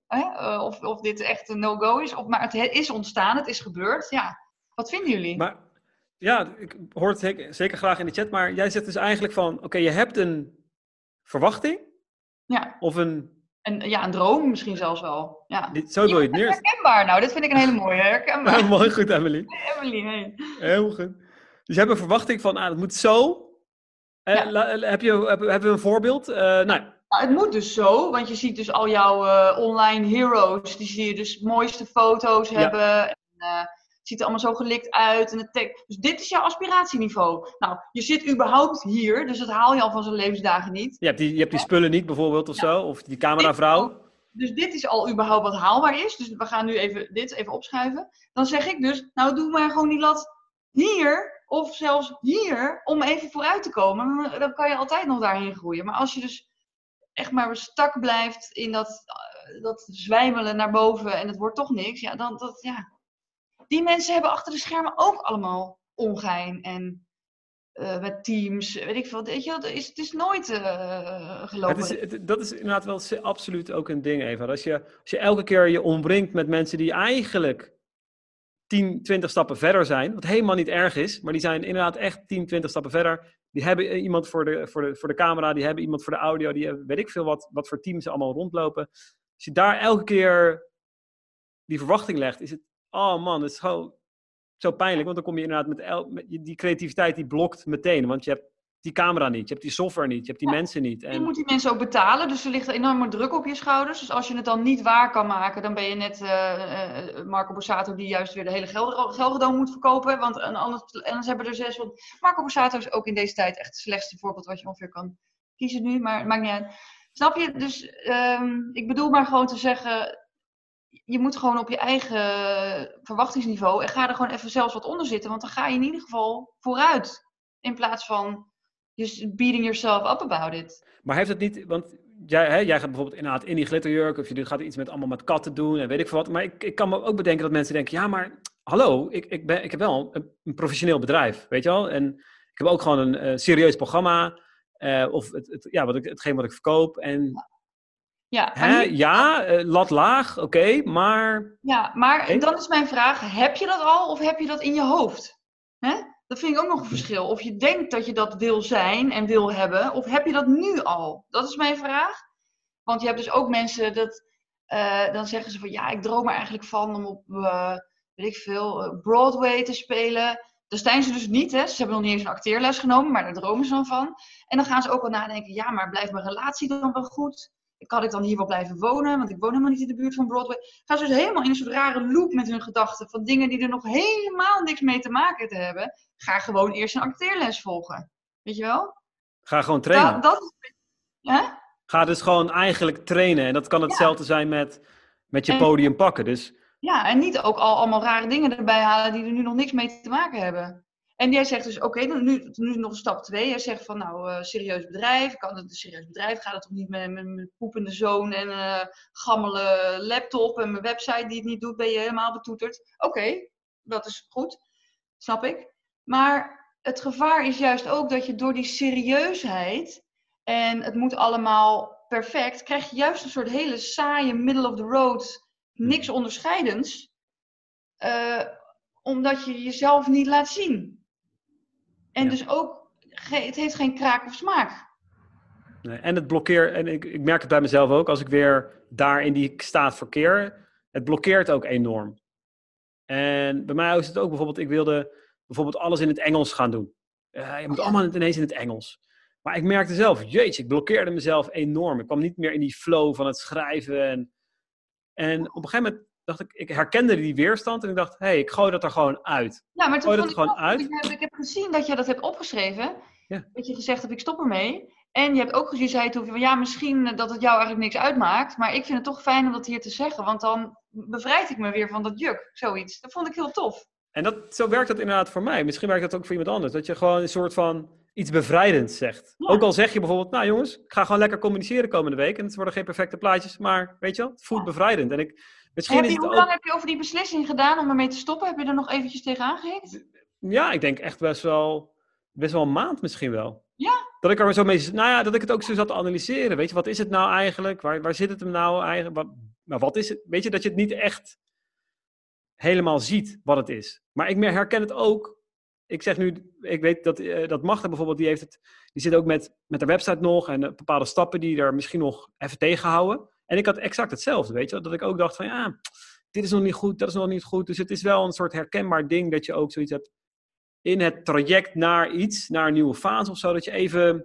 Of dit echt een no-go is. Maar het is ontstaan, het is gebeurd. Ja, wat vinden jullie? Maar ja, ik hoor het zeker graag in de chat. Maar jij zegt dus eigenlijk van, oké, je hebt een verwachting. Ja. Of een droom misschien zelfs wel. Ja. Zo wil je het neer. Herkenbaar nou, dit vind ik een hele mooie. Herkenbaar. Mooi, goed Emily. Emily, hey. Heel goed. Dus je hebt een verwachting van, het moet zo. Hebben we een voorbeeld? Nou, het moet dus zo, want je ziet dus al jouw online heroes, die zie je dus mooiste foto's hebben. En, het ziet er allemaal zo gelikt uit. En dus dit is jouw aspiratieniveau. Nou, je zit überhaupt hier, dus dat haal je al van zijn levensdagen niet. Je hebt die spullen niet bijvoorbeeld of zo, of die cameravrouw. Dus dit is al überhaupt wat haalbaar is. Dus we gaan nu dit even opschuiven. Dan zeg ik dus, nou doe maar gewoon die lat hier. Of zelfs hier, om even vooruit te komen. Dan kan je altijd nog daarheen groeien. Maar als je dus echt maar stak blijft in dat zwijmelen naar boven en het wordt toch niks. Die mensen hebben achter de schermen ook allemaal ongein. En met teams, weet ik veel. Weet je, het is nooit gelopen. Dat is inderdaad wel absoluut ook een ding, Eva. Als je elke keer je omringt met mensen die eigenlijk 10, 20 stappen verder zijn, wat helemaal niet erg is, maar die zijn inderdaad echt 10, 20 stappen verder. Die hebben iemand voor de camera, die hebben iemand voor de audio, die hebben, weet ik veel wat voor teams ze allemaal rondlopen. Als je daar elke keer die verwachting legt, is het, oh man, het is gewoon zo pijnlijk, want dan kom je inderdaad met die creativiteit die blokt meteen, want je hebt die camera niet, je hebt die software niet, je hebt die mensen niet. Je moet die mensen ook betalen, dus er ligt een enorme druk op je schouders. Dus als je het dan niet waar kan maken, dan ben je net Marco Borsato die juist weer de hele Gelredome moet verkopen. Want anders hebben er 6. Want Marco Borsato is ook in deze tijd echt het slechtste voorbeeld wat je ongeveer kan kiezen nu, maar het maakt niet uit. Snap je? Dus ik bedoel maar gewoon te zeggen, je moet gewoon op je eigen verwachtingsniveau en ga er gewoon even zelfs wat onder zitten, want dan ga je in ieder geval vooruit. In plaats van just beating yourself up about it. Maar heeft het niet, want jij gaat bijvoorbeeld inderdaad in die glitterjurk, of je gaat iets allemaal met katten doen en weet ik veel wat. Maar ik kan me ook bedenken dat mensen denken, ja, maar hallo, ik heb wel een professioneel bedrijf, weet je wel. En ik heb ook gewoon een serieus programma, of hetgeen wat ik verkoop. En lat laag, oké, maar... Ja, maar dan is mijn vraag, heb je dat al of heb je dat in je hoofd? Hè? Dat vind ik ook nog een verschil. Of je denkt dat je dat wil zijn en wil hebben, of heb je dat nu al? Dat is mijn vraag. Want je hebt dus ook mensen dan zeggen ze van, ja, ik droom er eigenlijk van om op, weet ik veel, Broadway te spelen. Daar zijn ze dus niet, hè. Ze hebben nog niet eens een acteerles genomen, maar daar dromen ze dan van. En dan gaan ze ook wel nadenken, ja, maar blijft mijn relatie dan wel goed? Kan ik dan hier wel blijven wonen? Want ik woon helemaal niet in de buurt van Broadway. Gaan ze dus helemaal in een soort rare loop met hun gedachten. Van dingen die er nog helemaal niks mee te maken te hebben. Ga gewoon eerst een acteerles volgen. Weet je wel? Ga gewoon trainen. Ja? Ga dus gewoon eigenlijk trainen. En dat kan hetzelfde zijn met je podium pakken. Dus... Ja, en niet ook allemaal rare dingen erbij halen die er nu nog niks mee te maken hebben. En jij zegt dus, oké, nu nog stap 2. Jij zegt van, nou, serieus bedrijf. Kan het een serieus bedrijf? Gaat het toch niet met mijn poepende zoon en gammele laptop en mijn website die het niet doet, ben je helemaal betoeterd? Oké, dat is goed. Snap ik. Maar het gevaar is juist ook dat je door die serieusheid en het moet allemaal perfect, krijg je juist een soort hele saaie middle of the road, niks onderscheidends, omdat je jezelf niet laat zien. En dus ook, het heeft geen kraak of smaak. Nee, en het blokkeert, en ik merk het bij mezelf ook, als ik weer daar in die staat verkeer, het blokkeert ook enorm. En bij mij is het ook bijvoorbeeld, ik wilde bijvoorbeeld alles in het Engels gaan doen. Je moet allemaal ineens in het Engels. Maar ik merkte zelf, jeetje, ik blokkeerde mezelf enorm. Ik kwam niet meer in die flow van het schrijven. En op een gegeven moment dacht ik herkende die weerstand en ik dacht, ik gooi dat er gewoon uit. Ja, maar toen vond ik gewoon uit. Ik heb gezien dat je dat hebt opgeschreven. Ja. Dat je gezegd hebt, ik stop ermee. En je hebt ook gezien, zei toen van, ja, misschien dat het jou eigenlijk niks uitmaakt. Maar ik vind het toch fijn om dat hier te zeggen. Want dan bevrijd ik me weer van dat juk, zoiets. Dat vond ik heel tof. En zo werkt dat inderdaad voor mij. Misschien werkt dat ook voor iemand anders. Dat je gewoon een soort van iets bevrijdends zegt. Ja. Ook al zeg je bijvoorbeeld, nou jongens, ik ga gewoon lekker communiceren komende week. En het worden geen perfecte plaatjes, maar weet je wel, het voelt bevrijdend. En hoe lang heb je over die beslissing gedaan om ermee te stoppen? Heb je er nog eventjes tegenaan gehikt? Ja, ik denk echt best wel een maand misschien wel. Ja? Dat ik er zo mee, dat ik het ook zo zat te analyseren. Weet je, wat is het nou eigenlijk? Waar zit het hem nou eigenlijk? Wat is het? Weet je, dat je het niet echt helemaal ziet wat het is. Maar ik herken het ook. Ik zeg nu, ik weet dat Magda bijvoorbeeld, die zit ook met de website nog en bepaalde stappen die er misschien nog even tegenhouden. En ik had exact hetzelfde, weet je. Dat ik ook dacht van, ja, dit is nog niet goed, dat is nog niet goed. Dus het is wel een soort herkenbaar ding dat je ook zoiets hebt in het traject naar iets, naar een nieuwe fase of zo. Dat je even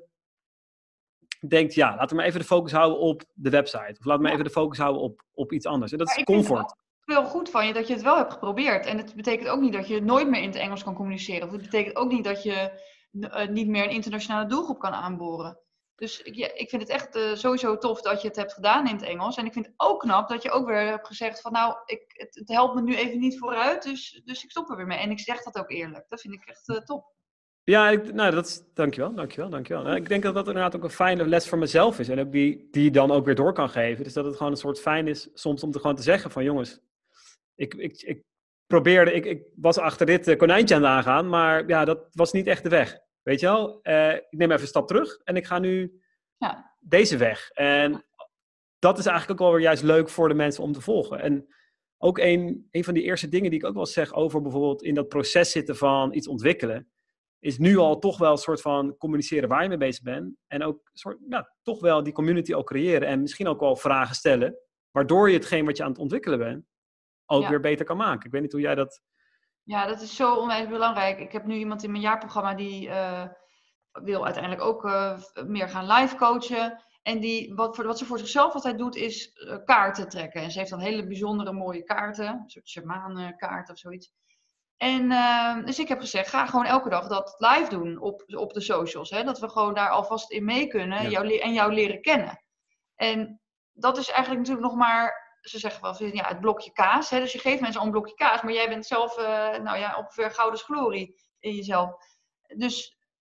denkt, ja, laten we maar even de focus houden op de website. Of laten we maar even de focus houden op iets anders. En dat is comfort. Heel goed van je dat je het wel hebt geprobeerd. En het betekent ook niet dat je nooit meer in het Engels kan communiceren. Of het betekent ook niet dat je niet meer een internationale doelgroep kan aanboren. Dus ik vind het echt sowieso tof dat je het hebt gedaan in het Engels. En ik vind het ook knap dat je ook weer hebt gezegd van, nou, het helpt me nu even niet vooruit. Dus ik stop er weer mee. En ik zeg dat ook eerlijk. Dat vind ik echt top. Ja, dankjewel. Ik denk dat dat inderdaad ook een fijne les voor mezelf is. En ook die je dan ook weer door kan geven. Dus dat het gewoon een soort fijn is soms om gewoon te zeggen van, jongens, ik probeerde, ik was achter dit konijntje aan het aangaan, maar ja, dat was niet echt de weg. Weet je wel? Ik neem even een stap terug en ik ga nu deze weg. En dat is eigenlijk ook wel weer juist leuk voor de mensen om te volgen. En ook een van die eerste dingen die ik ook wel zeg over bijvoorbeeld in dat proces zitten van iets ontwikkelen, is nu al toch wel een soort van communiceren waar je mee bezig bent. En ook toch wel die community ook creëren en misschien ook wel vragen stellen, waardoor je hetgeen wat je aan het ontwikkelen bent ook weer beter kan maken. Ik weet niet hoe jij dat... Ja, dat is zo onwijs belangrijk. Ik heb nu iemand in mijn jaarprogramma die wil uiteindelijk ook meer gaan live coachen. En wat ze voor zichzelf altijd doet is kaarten trekken. En ze heeft dan hele bijzondere mooie kaarten. Een soort shamanenkaart of zoiets. En dus ik heb gezegd, ga gewoon elke dag dat live doen op de socials. Hè? Dat we gewoon daar alvast in mee kunnen en jou leren kennen. En dat is eigenlijk natuurlijk nog maar... Ze zeggen wel, ja, het blokje kaas. Hè? Dus je geeft mensen al een blokje kaas. Maar jij bent zelf ongeveer gouden glorie in jezelf. Dus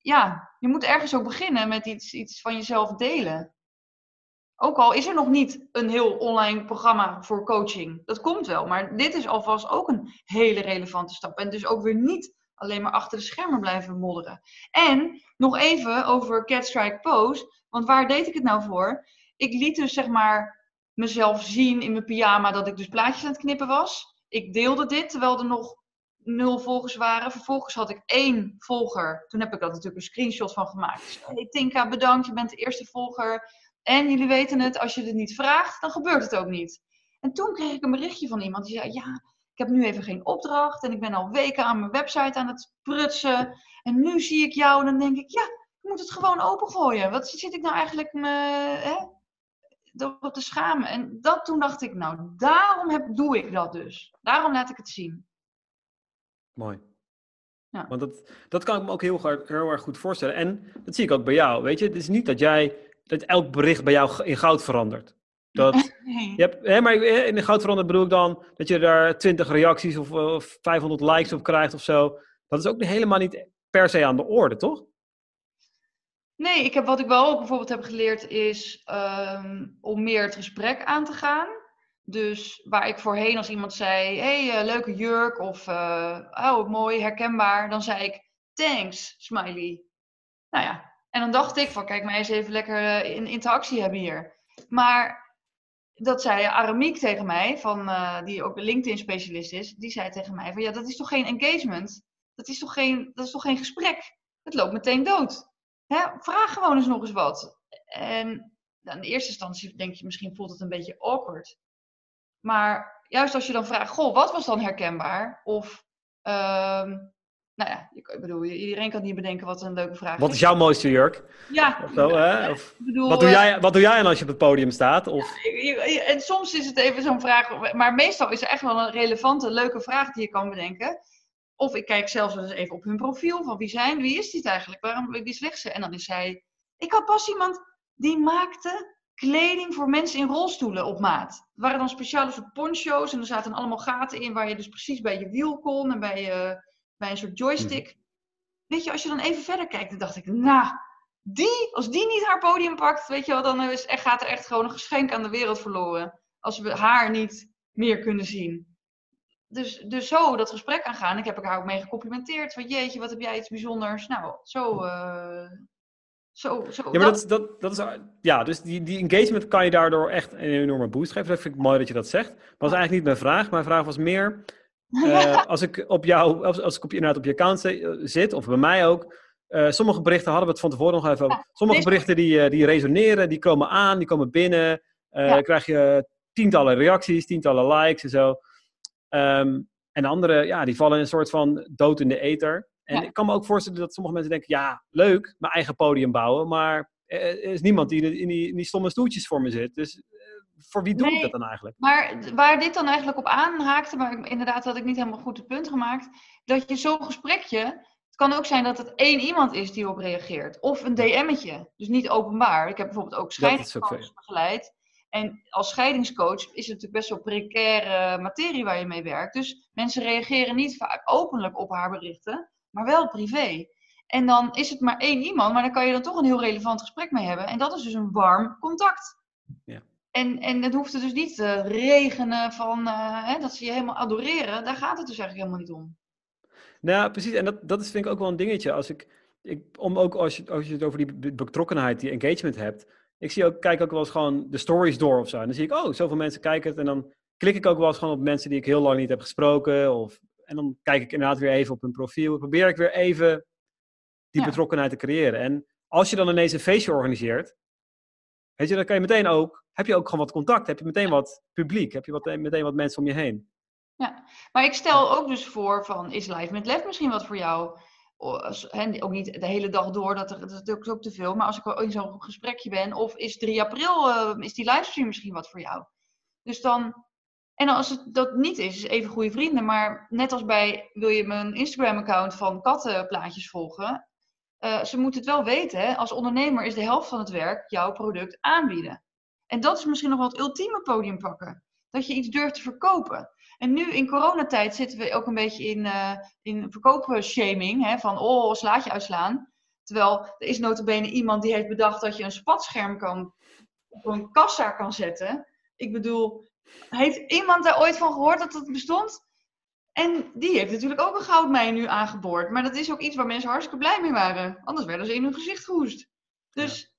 je moet ergens ook beginnen met iets van jezelf delen. Ook al is er nog niet een heel online programma voor coaching. Dat komt wel, maar dit is alvast ook een hele relevante stap. En dus ook weer niet alleen maar achter de schermen blijven modderen. En nog even over Catstrike Pose. Want waar deed ik het nou voor? Ik liet dus zeg maar mezelf zien in mijn pyjama dat ik dus plaatjes aan het knippen was. Ik deelde dit terwijl er nog 0 volgers waren. Vervolgens had ik 1 volger. Toen heb ik daar natuurlijk een screenshot van gemaakt. Dus, hey Tinka, bedankt, je bent de eerste volger. En jullie weten het, als je het niet vraagt, dan gebeurt het ook niet. En toen kreeg ik een berichtje van iemand die zei, ik heb nu even geen opdracht en ik ben al weken aan mijn website aan het prutsen. En nu zie ik jou en dan denk ik, ik moet het gewoon opengooien. Wat zit ik nou eigenlijk door te schamen? En toen dacht ik, nou, daarom doe ik dat dus. Daarom laat ik het zien. Mooi. Ja. Want dat kan ik me ook heel erg goed voorstellen. En dat zie ik ook bij jou, weet je. Het is niet dat elk bericht bij jou in goud verandert. Maar in goud verandert bedoel ik dan dat je daar 20 reacties of 500 likes op krijgt of zo. Dat is ook helemaal niet per se aan de orde, toch? Nee, wat ik wel ook bijvoorbeeld heb geleerd is om meer het gesprek aan te gaan. Dus waar ik voorheen als iemand zei, hey, leuke jurk of mooi, herkenbaar. Dan zei ik, thanks, smiley. Nou ja, en dan dacht ik van, kijk maar eens even lekker in interactie hebben hier. Maar dat zei Aramiek tegen mij, die ook de LinkedIn-specialist is. Die zei tegen mij van, dat is toch geen engagement? Dat is toch geen gesprek? Het loopt meteen dood. Hè? Vraag gewoon eens nog eens wat. En in eerste instantie denk je, misschien voelt het een beetje awkward. Maar juist als je dan vraagt, goh, wat was dan herkenbaar? Of, ik bedoel, iedereen kan niet bedenken wat een leuke vraag is. Wat is jouw mooiste jurk? Ja. Of zo, hè? Of, ik bedoel, wat doe jij aan als je op het podium staat? Of... En soms is het even zo'n vraag, maar meestal is er echt wel een relevante, leuke vraag die je kan bedenken. Of ik kijk zelfs eens even op hun profiel, van wie is dit eigenlijk? Wie slecht ze? En dan is zij, ik had pas iemand die maakte kleding voor mensen in rolstoelen op maat. Het waren dan speciale soort poncho's en er zaten allemaal gaten in waar je dus precies bij je wiel kon en bij een soort joystick. Weet je, als je dan even verder kijkt, dan dacht ik, als die niet haar podium pakt, weet je wel, dan gaat er echt gewoon een geschenk aan de wereld verloren. Als we haar niet meer kunnen zien. Dus zo dat gesprek aangaan. Ik heb haar ook mee gecomplimenteerd. Van jeetje, wat heb jij iets bijzonders. Nou, zo. Ja, maar dat is... Ja, dus die engagement kan je daardoor echt een enorme boost geven. Dat vind ik mooi dat je dat zegt. Maar dat was eigenlijk niet mijn vraag. Mijn vraag was meer... als ik inderdaad op je account zit, of bij mij ook... sommige berichten hadden we het van tevoren nog even over. Sommige berichten die resoneren, die komen aan, die komen binnen. Dan krijg je tientallen reacties, tientallen likes en zo. En andere, die vallen een soort van dood in de ether. En ik kan me ook voorstellen dat sommige mensen denken... leuk, mijn eigen podium bouwen... maar er is niemand die in die stomme stoeltjes voor me zit. Dus voor wie doe ik dat dan eigenlijk? Maar waar dit dan eigenlijk op aanhaakte... maar inderdaad had ik niet helemaal goed het punt gemaakt... dat je zo'n gesprekje... het kan ook zijn dat het 1 iemand is die erop reageert. Of een DM'tje. Dus niet openbaar. Ik heb bijvoorbeeld ook scheidingscoaches begeleid... En als scheidingscoach is het natuurlijk best wel precaire materie waar je mee werkt. Dus mensen reageren niet vaak openlijk op haar berichten, maar wel privé. En dan is het maar 1 iemand, maar dan kan je dan toch een heel relevant gesprek mee hebben. En dat is dus een warm contact. Ja. En het hoeft er dus niet te regenen van dat ze je helemaal adoreren. Daar gaat het dus eigenlijk helemaal niet om. Nou, precies. En dat is vind ik ook wel een dingetje. Als je het over die betrokkenheid, die engagement hebt... Kijk ook wel eens gewoon de stories door of zo. En dan zie ik, zoveel mensen kijken het. En dan klik ik ook wel eens gewoon op mensen die ik heel lang niet heb gesproken. En dan kijk ik inderdaad weer even op hun profiel. Probeer ik weer even die betrokkenheid te creëren. En als je dan ineens een feestje organiseert, weet je, dan kan je heb je ook gewoon wat contact. Heb je meteen wat publiek. Heb je meteen wat mensen om je heen. Ja, maar ik stel ook dus voor van, is Live met Lef misschien wat voor jou? Ook niet de hele dag door, dat is ook te veel. Maar als ik in zo'n gesprekje ben, of is 3 april, is die livestream misschien wat voor jou? Dus dan, en als het dat niet is even goede vrienden. Maar net als wil je mijn Instagram-account van kattenplaatjes volgen? Ze moeten het wel weten, hè? Als ondernemer is de helft van het werk jouw product aanbieden. En dat is misschien nog wel het ultieme podium pakken. Dat je iets durft te verkopen. En nu in coronatijd zitten we ook een beetje in verkoopshaming. Van slaatje uitslaan. Terwijl er is nota bene iemand die heeft bedacht dat je een spatscherm op een kassa kan zetten. Ik bedoel, heeft iemand daar ooit van gehoord dat dat bestond? En die heeft natuurlijk ook een goudmijn nu aangeboord. Maar dat is ook iets waar mensen hartstikke blij mee waren. Anders werden ze in hun gezicht gehoest. Dus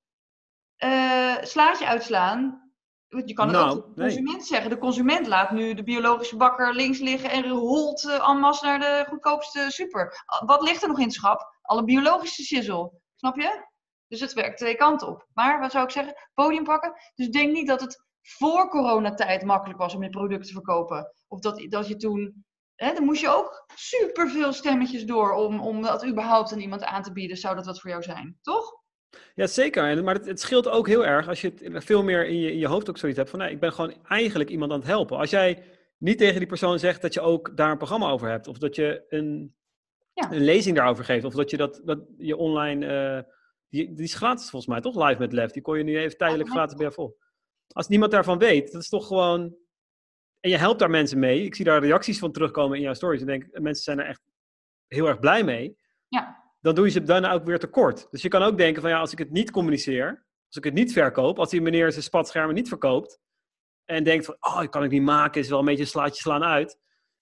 slaatje uitslaan. Want je kan het ook de consument zeggen. De consument laat nu de biologische bakker links liggen en holt en masse naar de goedkoopste super. Wat ligt er nog in het schap? Alle biologische sizzle. Snap je? Dus het werkt twee kanten op. Maar wat zou ik zeggen? Podium pakken. Dus denk niet dat het voor coronatijd makkelijk was om je product te verkopen. Of dat je toen... dan moest je ook superveel stemmetjes door om dat überhaupt aan iemand aan te bieden. Zou dat wat voor jou zijn, toch? Ja, zeker. Maar het scheelt ook heel erg als je het veel meer in je hoofd ook zoiets hebt van, ik ben gewoon eigenlijk iemand aan het helpen. Als jij niet tegen die persoon zegt dat je ook daar een programma over hebt, of dat je een lezing daarover geeft, of dat je dat je online, die is gratis volgens mij, toch? Live met Lef, die kon je nu even tijdelijk gratis bij jou vol. Als niemand daarvan weet, dat is toch gewoon... En je helpt daar mensen mee. Ik zie daar reacties van terugkomen in jouw stories. En denk, mensen zijn er echt heel erg blij mee. Ja. Dan doe je ze daarna ook weer tekort. Dus je kan ook denken van als ik het niet communiceer, als ik het niet verkoop, als die meneer zijn spatschermen niet verkoopt en denkt van, dat kan ik niet maken, is wel een beetje een slaatje slaan uit.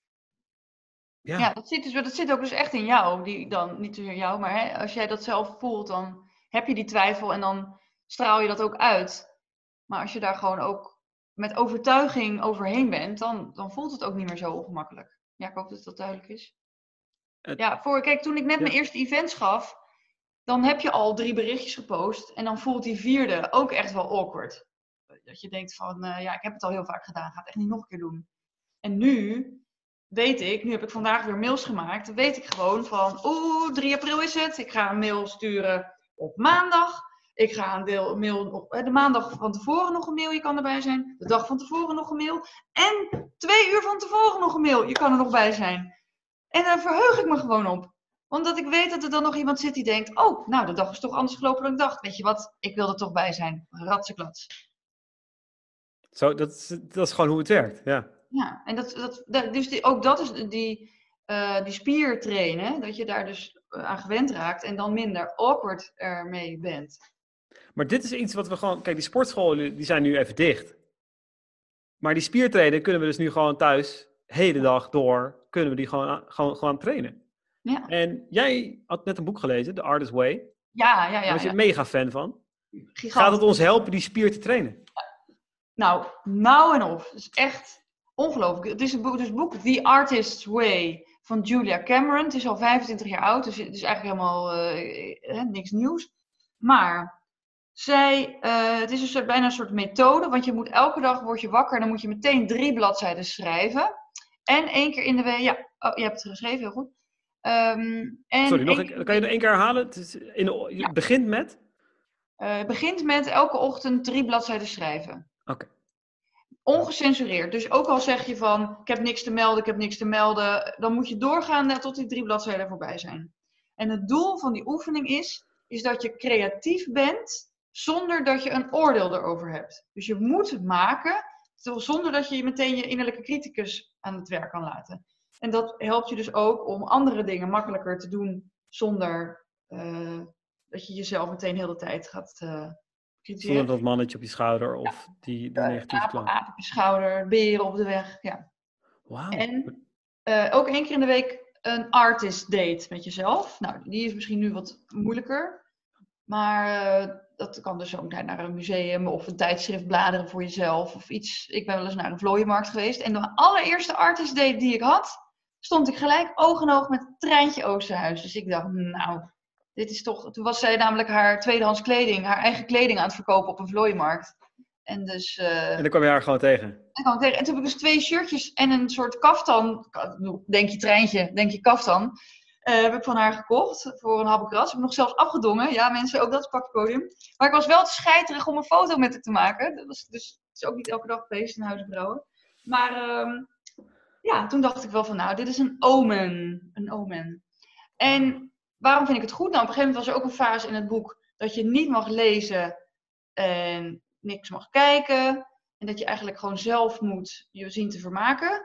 Ja, dat zit ook dus echt in jou. Dan niet zozeer jou, maar als jij dat zelf voelt, dan heb je die twijfel en dan straal je dat ook uit. Maar als je daar gewoon ook met overtuiging overheen bent, dan voelt het ook niet meer zo ongemakkelijk. Ja, ik hoop dat dat duidelijk is. Kijk, toen ik net mijn eerste events gaf, dan heb je al 3 berichtjes gepost en dan voelt die 4e ook echt wel awkward. Dat je denkt van, ik heb het al heel vaak gedaan, ga het echt niet nog een keer doen. En nu heb ik vandaag weer mails gemaakt, dan weet ik gewoon van, 3 april is het, ik ga een mail sturen op maandag. Ik ga een mail op de maandag van tevoren nog een mail, je kan erbij zijn. De dag van tevoren nog een mail. En 2 uur van tevoren nog een mail, je kan er nog bij zijn. En daar verheug ik me gewoon op. Omdat ik weet dat er dan nog iemand zit die denkt, de dag is toch anders gelopen dan ik dacht. Weet je wat, ik wil er toch bij zijn. Ratseklats. Zo, dat is gewoon hoe het werkt, ja. Ja, en ook dat is die spiertrainen, dat je daar dus aan gewend raakt en dan minder awkward ermee bent. Maar dit is iets wat we gewoon... Kijk, die sportscholen die zijn nu even dicht. Maar die spiertrainen kunnen we dus nu gewoon thuis, hele dag door, kunnen we die gewoon trainen. Ja. En jij had net een boek gelezen, The Artist's Way. Ja. Daar was je mega fan van. Gigantisch. Gaat het ons helpen die spier te trainen? Nou en of. Het is echt ongelooflijk. Het is het boek The Artist's Way van Julia Cameron. Het is al 25 jaar oud, dus het is eigenlijk helemaal niks nieuws. Maar het is dus bijna een soort methode, want je moet elke dag word je wakker en dan moet je meteen 3 bladzijden schrijven. En 1 keer in de week, je hebt het geschreven, heel goed. Sorry, kan je er 1 keer herhalen? Het begint met? Het begint met elke ochtend 3 bladzijden schrijven. Oké. Ongecensureerd. Dus ook al zeg je van, ik heb niks te melden, dan moet je doorgaan tot die 3 bladzijden voorbij zijn. En het doel van die oefening is dat je creatief bent, zonder dat je een oordeel erover hebt. Dus je moet het maken, zonder dat je meteen je innerlijke criticus aan het werk kan laten. En dat helpt je dus ook om andere dingen makkelijker te doen, zonder dat je jezelf meteen heel de tijd gaat kritiseren. Zonder dat mannetje op je schouder of die negatieve klank. Aap op je schouder, beren op de weg, ja. Wauw. En ook 1 keer in de week een artist date met jezelf. Nou, die is misschien nu wat moeilijker. Maar dat kan dus ook naar een museum of een tijdschrift bladeren voor jezelf of iets. Ik ben wel eens naar een vlooienmarkt geweest. En de allereerste artist date die ik had, stond ik gelijk oog in oog met Treintje Oosterhuis. Dus ik dacht, dit is toch... Toen was zij namelijk haar tweedehands kleding, haar eigen kleding aan het verkopen op een vlooienmarkt. En dus... en dan kwam je haar gewoon tegen? En toen heb ik dus 2 shirtjes en een soort kaftan. Denk je Treintje, denk je kaftan. Heb ik van haar gekocht voor een habbekras. Heb ik nog zelfs afgedongen. Ja, mensen, ook dat is pakpodium. Maar ik was wel te scheiterig om een foto met haar te maken. Dat was dus het is ook niet elke dag feest in Huizen Brouwer. Maar toen dacht ik wel van, dit is een omen. Een omen. En waarom vind ik het goed? Nou, op een gegeven moment was er ook een fase in het boek dat je niet mag lezen en niks mag kijken. En dat je eigenlijk gewoon zelf moet je zien te vermaken.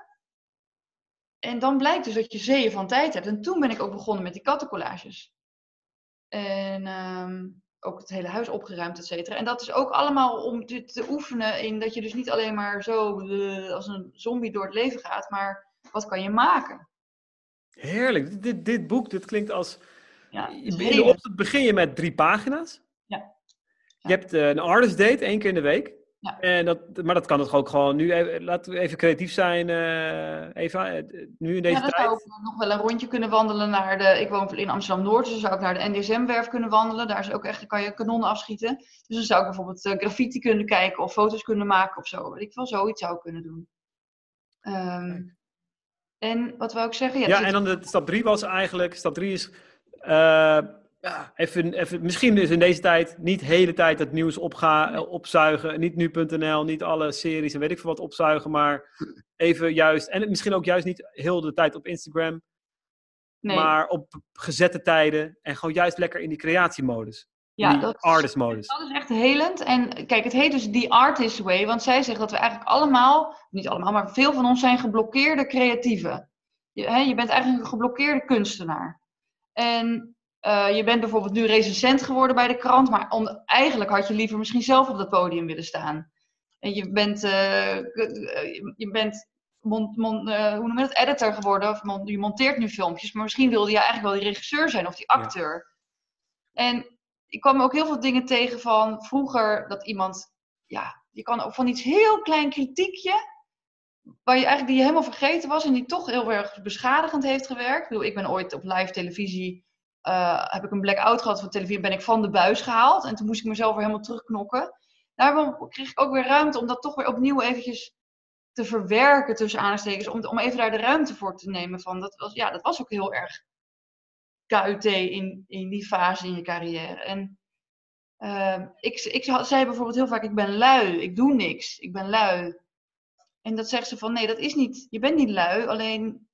En dan blijkt dus dat je zeeën van tijd hebt. En toen ben ik ook begonnen met die kattencollages. En ook het hele huis opgeruimd, et cetera. En dat is ook allemaal om te oefenen in dat je dus niet alleen maar zo als een zombie door het leven gaat, maar wat kan je maken? Heerlijk. Dit boek, dit klinkt als... Ja, het is In de helend. ochtend begin je met 3 pagina's. Ja. Je hebt een artist date 1 keer in de week. Ja. Maar dat kan het ook gewoon nu. Laten we even creatief zijn, Eva. Nu in deze Ja, dan tijd. zou ik nog wel een rondje kunnen wandelen naar de... Ik woon in Amsterdam-Noord, dus dan zou ik naar de NDSM-werf kunnen wandelen. Daar is ook echt, kan je kanonnen afschieten. Dus dan zou ik bijvoorbeeld graffiti kunnen kijken of foto's kunnen maken of zo. Weet ik wel, zoiets zou ik kunnen doen. En wat wou ik zeggen? Ja, en dan de stap 3 was eigenlijk... Stap 3 is... even, misschien is in deze tijd niet de hele tijd het nieuws opzuigen. Niet nu.nl, niet alle series en weet ik veel wat opzuigen. Maar even juist... En misschien ook juist niet heel de tijd op Instagram. Nee. Maar op gezette tijden. En gewoon juist lekker in die creatiemodus. Ja, in die artist-modus. Dat is echt helend. En kijk, het heet dus The Artist Way. Want zij zegt dat we eigenlijk allemaal, niet allemaal, maar veel van ons zijn geblokkeerde creatieven. Je bent eigenlijk een geblokkeerde kunstenaar. En je bent bijvoorbeeld nu recensent geworden bij de krant. Maar eigenlijk had je liever misschien zelf op dat podium willen staan. En je bent hoe noem je dat, editor geworden. Of je monteert nu filmpjes. Maar misschien wilde je eigenlijk wel die regisseur zijn of die acteur. Ja. En ik kwam ook heel veel dingen tegen van vroeger dat iemand, je kan ook van iets heel klein kritiekje, die je helemaal vergeten was en die toch heel erg beschadigend heeft gewerkt. Ik bedoel, ik ben ooit op live televisie, heb ik een blackout gehad van televisie, ben ik van de buis gehaald en toen moest ik mezelf weer helemaal terugknokken. Daarom kreeg ik ook weer ruimte om dat toch weer opnieuw eventjes te verwerken tussen aanstekens, om even daar de ruimte voor te nemen van, dat was ook heel erg KUT in die fase in je carrière. En ik zei bijvoorbeeld heel vaak, ik ben lui, ik doe niks, ik ben lui. En dat zegt ze van, nee, dat is niet, je bent niet lui, alleen,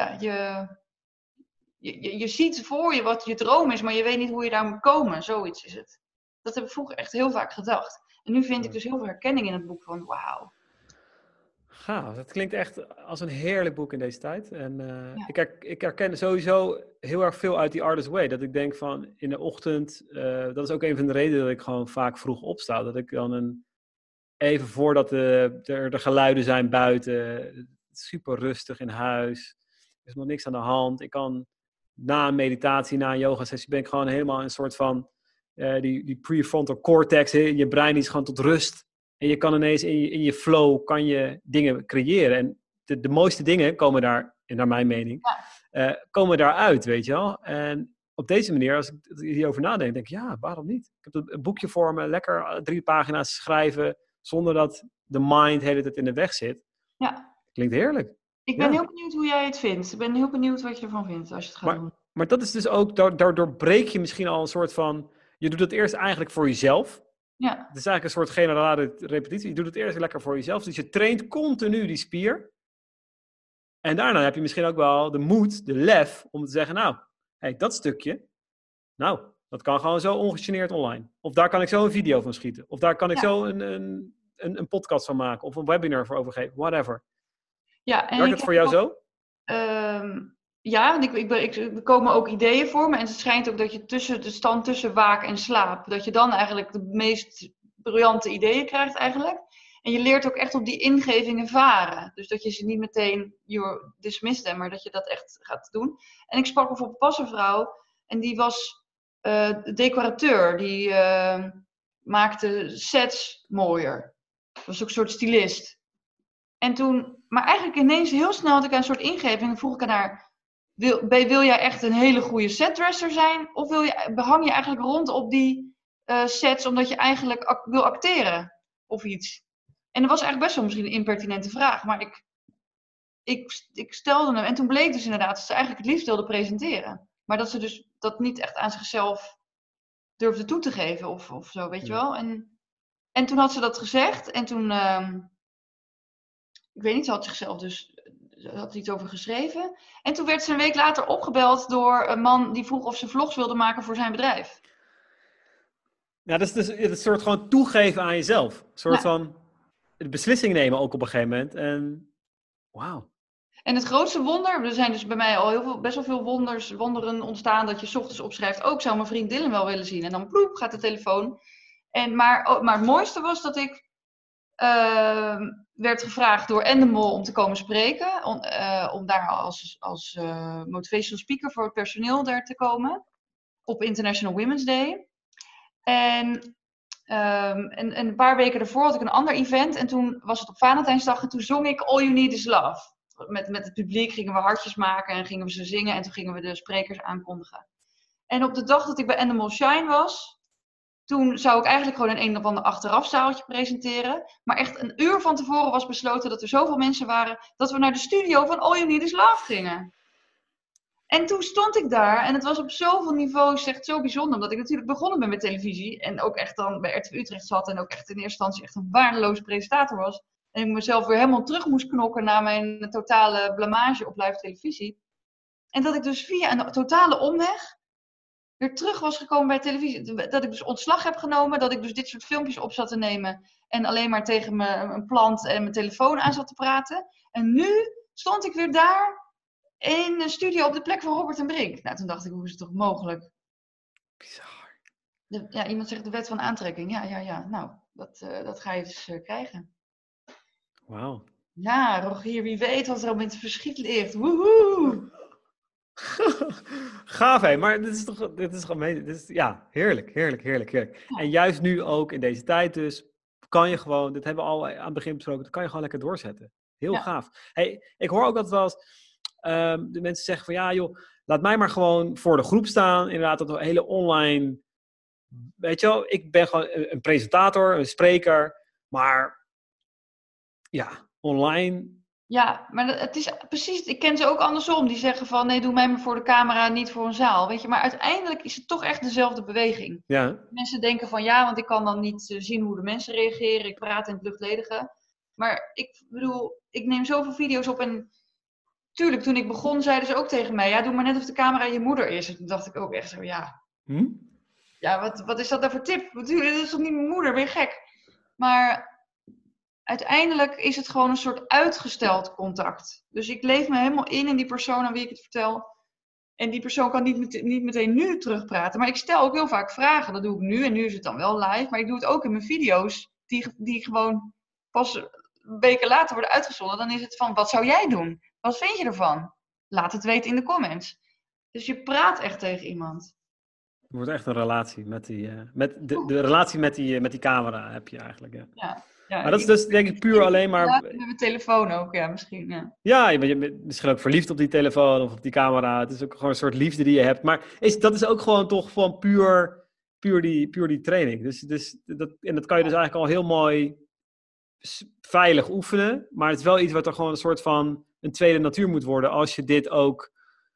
je ziet voor je wat je droom is, maar je weet niet hoe je daar moet komen, zoiets is het. Dat heb ik vroeger echt heel vaak gedacht. En nu vind ik dus heel veel herkenning in het boek van, wauw. Gaaf, dat klinkt echt als een heerlijk boek in deze tijd. En ik herken sowieso heel erg veel uit die Artist Way. Dat ik denk van in de ochtend, dat is ook een van de redenen dat ik gewoon vaak vroeg opsta. Dat ik dan even voordat er de geluiden zijn buiten, super rustig in huis. Er is nog niks aan de hand. Ik kan na een meditatie, na een yoga sessie, ben ik gewoon helemaal een soort van die prefrontal cortex. Je brein is gewoon tot rust. En je kan ineens in je flow kan je dingen creëren. En de mooiste dingen komen daar, naar mijn mening, komen daaruit, weet je wel. En op deze manier, als ik hierover nadenk, denk ik, ja, waarom niet? Ik heb een boekje voor me, lekker 3 pagina's schrijven, zonder dat de mind de hele tijd in de weg zit. Ja. Klinkt heerlijk. Ik ben heel benieuwd hoe jij het vindt. Ik ben heel benieuwd wat je ervan vindt als je het gaat doen. Maar dat is dus ook, daardoor breek je misschien al een soort van, je doet het eerst eigenlijk voor jezelf. Ja. Het is eigenlijk een soort generale repetitie. Je doet het eerst lekker voor jezelf. Dus je traint continu die spier. En daarna heb je misschien ook wel de moed, de lef, om te zeggen, nou, dat stukje, nou, dat kan gewoon zo ongegeneerd online. Of daar kan ik zo een video van schieten. Of daar kan ik zo een podcast van maken. Of een webinar voor overgeven. Whatever. Ja, en werkt het voor jou zo? Ja, er komen ook ideeën voor me. En het schijnt ook dat je de stand tussen waak en slaap, dat je dan eigenlijk de meest briljante ideeën krijgt eigenlijk. En je leert ook echt op die ingevingen varen. Dus dat je ze niet meteen dismist, maar dat je dat echt gaat doen. En ik sprak bijvoorbeeld pas een vrouw en die was decorateur. Die maakte sets mooier. Dat was ook een soort stylist. En toen, maar eigenlijk ineens heel snel had ik een soort ingeving en vroeg ik aan haar, wil jij echt een hele goede setdresser zijn? Of hang je eigenlijk rond op die sets omdat je eigenlijk wil acteren of iets? En dat was eigenlijk best wel misschien een impertinente vraag, maar ik stelde hem. En toen bleek dus inderdaad dat ze eigenlijk het liefst wilde presenteren. Maar dat ze dus dat niet echt aan zichzelf durfde toe te geven of zo, weet je wel. En toen had ze dat gezegd en toen, ik weet niet, ze had zichzelf dus, ze had iets over geschreven. En toen werd ze een week later opgebeld door een man die vroeg of ze vlogs wilde maken voor zijn bedrijf. Ja, dat is dus het soort gewoon toegeven aan jezelf. Een soort van de beslissing nemen ook op een gegeven moment. En wauw. En het grootste wonder, er zijn dus bij mij al best wel veel wonderen ontstaan dat je 's ochtends opschrijft, ik zou mijn vriend Dylan wel willen zien. En dan ploep, gaat de telefoon. Maar het mooiste was dat ik werd gevraagd door Endemol om te komen spreken. Om daar als motivational speaker voor het personeel daar te komen. Op International Women's Day. En een paar weken daarvoor had ik een ander event. En toen was het op Valentijnsdag. En toen zong ik All You Need Is Love. Met het publiek gingen we hartjes maken en gingen we ze zingen. En toen gingen we de sprekers aankondigen. En op de dag dat ik bij Endemol Shine was... Toen zou ik eigenlijk gewoon in een of ander achterafzaaltje presenteren. Maar echt een uur van tevoren was besloten dat er zoveel mensen waren... dat we naar de studio van All You Need Is Love gingen. En toen stond ik daar en het was op zoveel niveaus echt zo bijzonder. Omdat ik natuurlijk begonnen ben met televisie. En ook echt dan bij RTV Utrecht zat. En ook echt in eerste instantie echt een waardeloze presentator was. En ik mezelf weer helemaal terug moest knokken na mijn totale blamage op live televisie. En dat ik dus via een totale omweg... weer terug was gekomen bij televisie. Dat ik dus ontslag heb genomen. Dat ik dus dit soort filmpjes op zat te nemen. En alleen maar tegen mijn plant en mijn telefoon aan zat te praten. En nu stond ik weer daar in een studio op de plek van Robert en Brink. Nou, toen dacht ik, hoe is het toch mogelijk? Bizar. Iemand zegt de wet van aantrekking. Ja. Nou, dat ga je dus krijgen. Wauw. Ja, Rogier, wie weet wat er op in het verschiet ligt. Woehoe! Gaaf, hé. Maar dit is gewoon, ja, heerlijk. Ja. En juist nu ook in deze tijd dus, kan je gewoon, dit hebben we al aan het begin besproken, dat kan je gewoon lekker doorzetten. Heel gaaf. Hey, ik hoor ook dat wel eens de mensen zeggen van, ja joh, laat mij maar gewoon voor de groep staan. Inderdaad, dat hele online, weet je wel, ik ben gewoon een presentator, een spreker, maar ja, online... Ja, maar het is precies, ik ken ze ook andersom. Die zeggen van, nee, doe mij maar voor de camera, niet voor een zaal. Weet je, maar uiteindelijk is het toch echt dezelfde beweging. Ja. Mensen denken van, ja, want ik kan dan niet zien hoe de mensen reageren. Ik praat in het luchtledige. Maar ik bedoel, ik neem zoveel video's op en... Tuurlijk, toen ik begon, zeiden ze ook tegen mij, ja, doe maar net of de camera je moeder is. En toen dacht ik ook echt zo, ja. Ja, wat is dat nou voor tip? Natuurlijk, dat is toch niet mijn moeder, ben je gek? Maar... Uiteindelijk is het gewoon een soort uitgesteld contact. Dus ik leef me helemaal in die persoon aan wie ik het vertel. En die persoon kan niet meteen nu terugpraten. Maar ik stel ook heel vaak vragen. Dat doe ik nu. En nu is het dan wel live. Maar ik doe het ook in mijn video's. Die gewoon pas weken later worden uitgezonden. Dan is het van, wat zou jij doen? Wat vind je ervan? Laat het weten in de comments. Dus je praat echt tegen iemand. Het wordt echt een relatie met de relatie met die camera heb je eigenlijk. Ja. Ja, maar dat is dus denk ik puur alleen maar... Ja, met mijn telefoon ook, ja, misschien. Ja, je bent misschien ook verliefd op die telefoon of op die camera. Het is ook gewoon een soort liefde die je hebt. Maar dat is ook gewoon toch van puur die training. Dus dat kan je dus eigenlijk al heel mooi veilig oefenen. Maar het is wel iets wat er gewoon een soort van een tweede natuur moet worden. Als je dit ook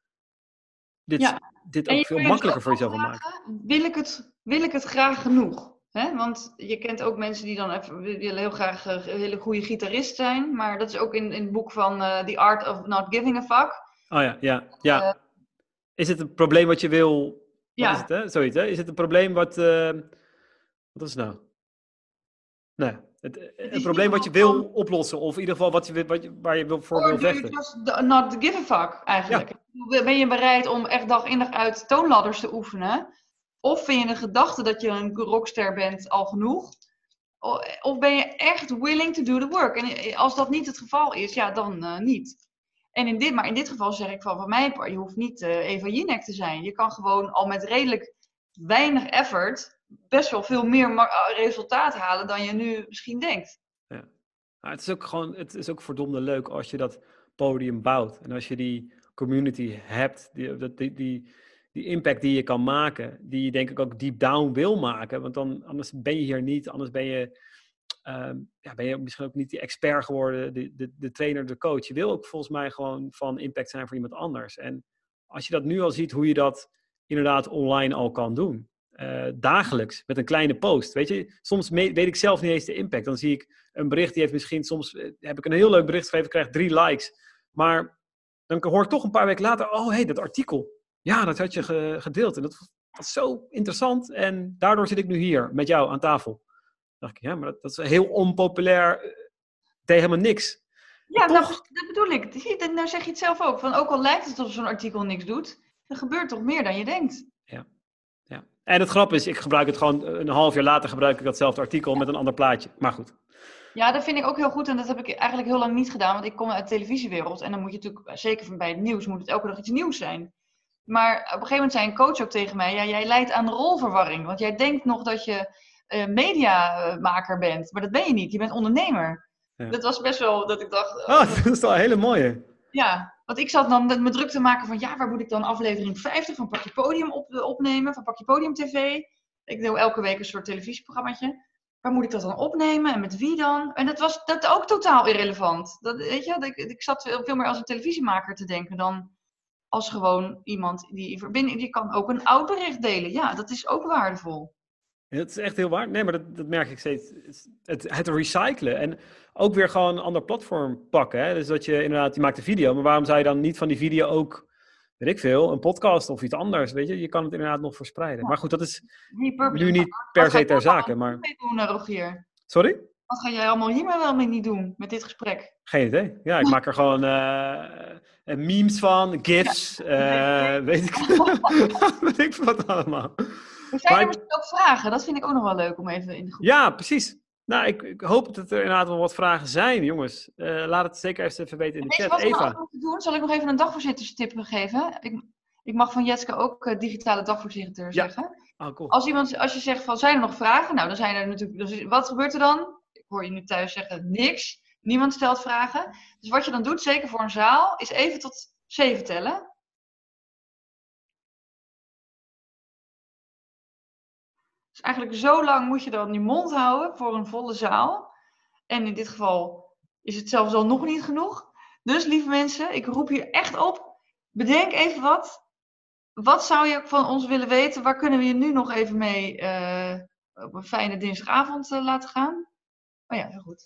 veel makkelijker voor jezelf wil maken. Wil ik het graag genoeg? Hè? Want je kent ook mensen die dan willen heel graag een hele goede gitarist zijn. Maar dat is ook in het boek van The Art of Not Giving a Fuck. Oh ja. Is het een probleem wat je wil... Wat is het, hè? Zoiets, hè? Is het een probleem wat... Wat is het nou? Nee. Een probleem wat je wil oplossen. Of in ieder geval waar je voor wil vechten. Just not give a fuck, eigenlijk. Ja. Ben je bereid om echt dag in dag uit toonladders te oefenen? Of vind je de gedachte dat je een rockster bent al genoeg? Of ben je echt willing to do the work? En als dat niet het geval is, ja, dan niet. En in dit geval zeg ik van mij, je hoeft niet Eva Jinek te zijn. Je kan gewoon al met redelijk weinig effort best wel veel meer resultaat halen dan je nu misschien denkt. Ja. Maar het is ook verdomde leuk als je dat podium bouwt. En als je die community hebt, die impact die je kan maken, die je denk ik ook deep down wil maken. Want anders ben je hier niet, anders ben je misschien ook niet die expert geworden, de trainer, de coach. Je wil ook volgens mij gewoon van impact zijn voor iemand anders. En als je dat nu al ziet, hoe je dat inderdaad online al kan doen. Dagelijks, met een kleine post. Weet je, soms weet ik zelf niet eens de impact. Dan zie ik een bericht, die heeft misschien, soms heb ik een heel leuk bericht geschreven, krijg 3 likes. Maar dan hoor ik toch een paar weken later, dat artikel. Ja, dat had je gedeeld. En dat was zo interessant. En daardoor zit ik nu hier met jou aan tafel. Dan dacht ik, ja, maar dat is heel onpopulair. Deed helemaal niks. Ja, toch? dat bedoel ik. Nou zeg je het zelf ook. Van, ook al lijkt het alsof zo'n artikel niks doet, er gebeurt toch meer dan je denkt. Ja. En het grap is, ik gebruik het gewoon een half jaar later gebruik ik datzelfde artikel met een ander plaatje. Maar goed. Ja, dat vind ik ook heel goed en dat heb ik eigenlijk heel lang niet gedaan, want ik kom uit de televisiewereld en dan moet je natuurlijk, zeker bij het nieuws, moet het elke dag iets nieuws zijn. Maar op een gegeven moment zei een coach ook tegen mij, ja, jij lijdt aan rolverwarring, want jij denkt nog dat je mediamaker bent, maar dat ben je niet, je bent ondernemer. Ja. Dat was best wel dat ik dacht... Dat is wel een hele mooie. Ja, want ik zat dan me druk te maken van, ja, waar moet ik dan aflevering 50 van Pak je Podium opnemen, van Pak je Podium TV. Ik doe elke week een soort televisieprogrammaatje. Waar moet ik dat dan opnemen en met wie dan? En dat was ook totaal irrelevant. Weet je, ik zat veel meer als een televisiemaker te denken dan als gewoon iemand die kan ook een oud bericht delen. Ja, dat is ook waardevol. Ja, dat is echt heel waar. Nee, maar dat merk ik steeds. Het recyclen en ook weer gewoon een ander platform pakken. Hè? Dus dat je inderdaad, je maakt een video, maar waarom zou je dan niet van die video ook, weet ik veel, een podcast of iets anders, weet je? Je kan het inderdaad nog verspreiden. Ja. Maar goed, dat is nu niet per se ter zake. Maar... Wat ga je doen, Rogier? Sorry? Wat ga jij allemaal hiermee wel mee niet doen met dit gesprek? Geen idee. Ja, ik maak er gewoon memes van, gifs, weet ik wat allemaal. Er zijn er misschien ook vragen, dat vind ik ook nog wel leuk om even in de groep. Ja, precies. Nou, ik hoop dat er inderdaad wel wat vragen zijn, jongens. Laat het zeker even weten in de chat. Eva. Wat te doen? Zal ik nog even een dagvoorzitterstip geven? Ik mag van Jetske ook digitale dagvoorzitter zeggen. Oh, cool. Als je zegt van, zijn er nog vragen? Nou, dan zijn er natuurlijk... Dus wat gebeurt er dan? Ik hoor je nu thuis zeggen, niks. Niemand stelt vragen. Dus wat je dan doet, zeker voor een zaal, is even tot 7 tellen. Dus eigenlijk zo lang moet je dan je mond houden voor een volle zaal. En in dit geval is het zelfs al nog niet genoeg. Dus lieve mensen, ik roep hier echt op. Bedenk even wat. Wat zou je van ons willen weten? Waar kunnen we je nu nog even mee op een fijne dinsdagavond laten gaan? Oh ja, heel goed.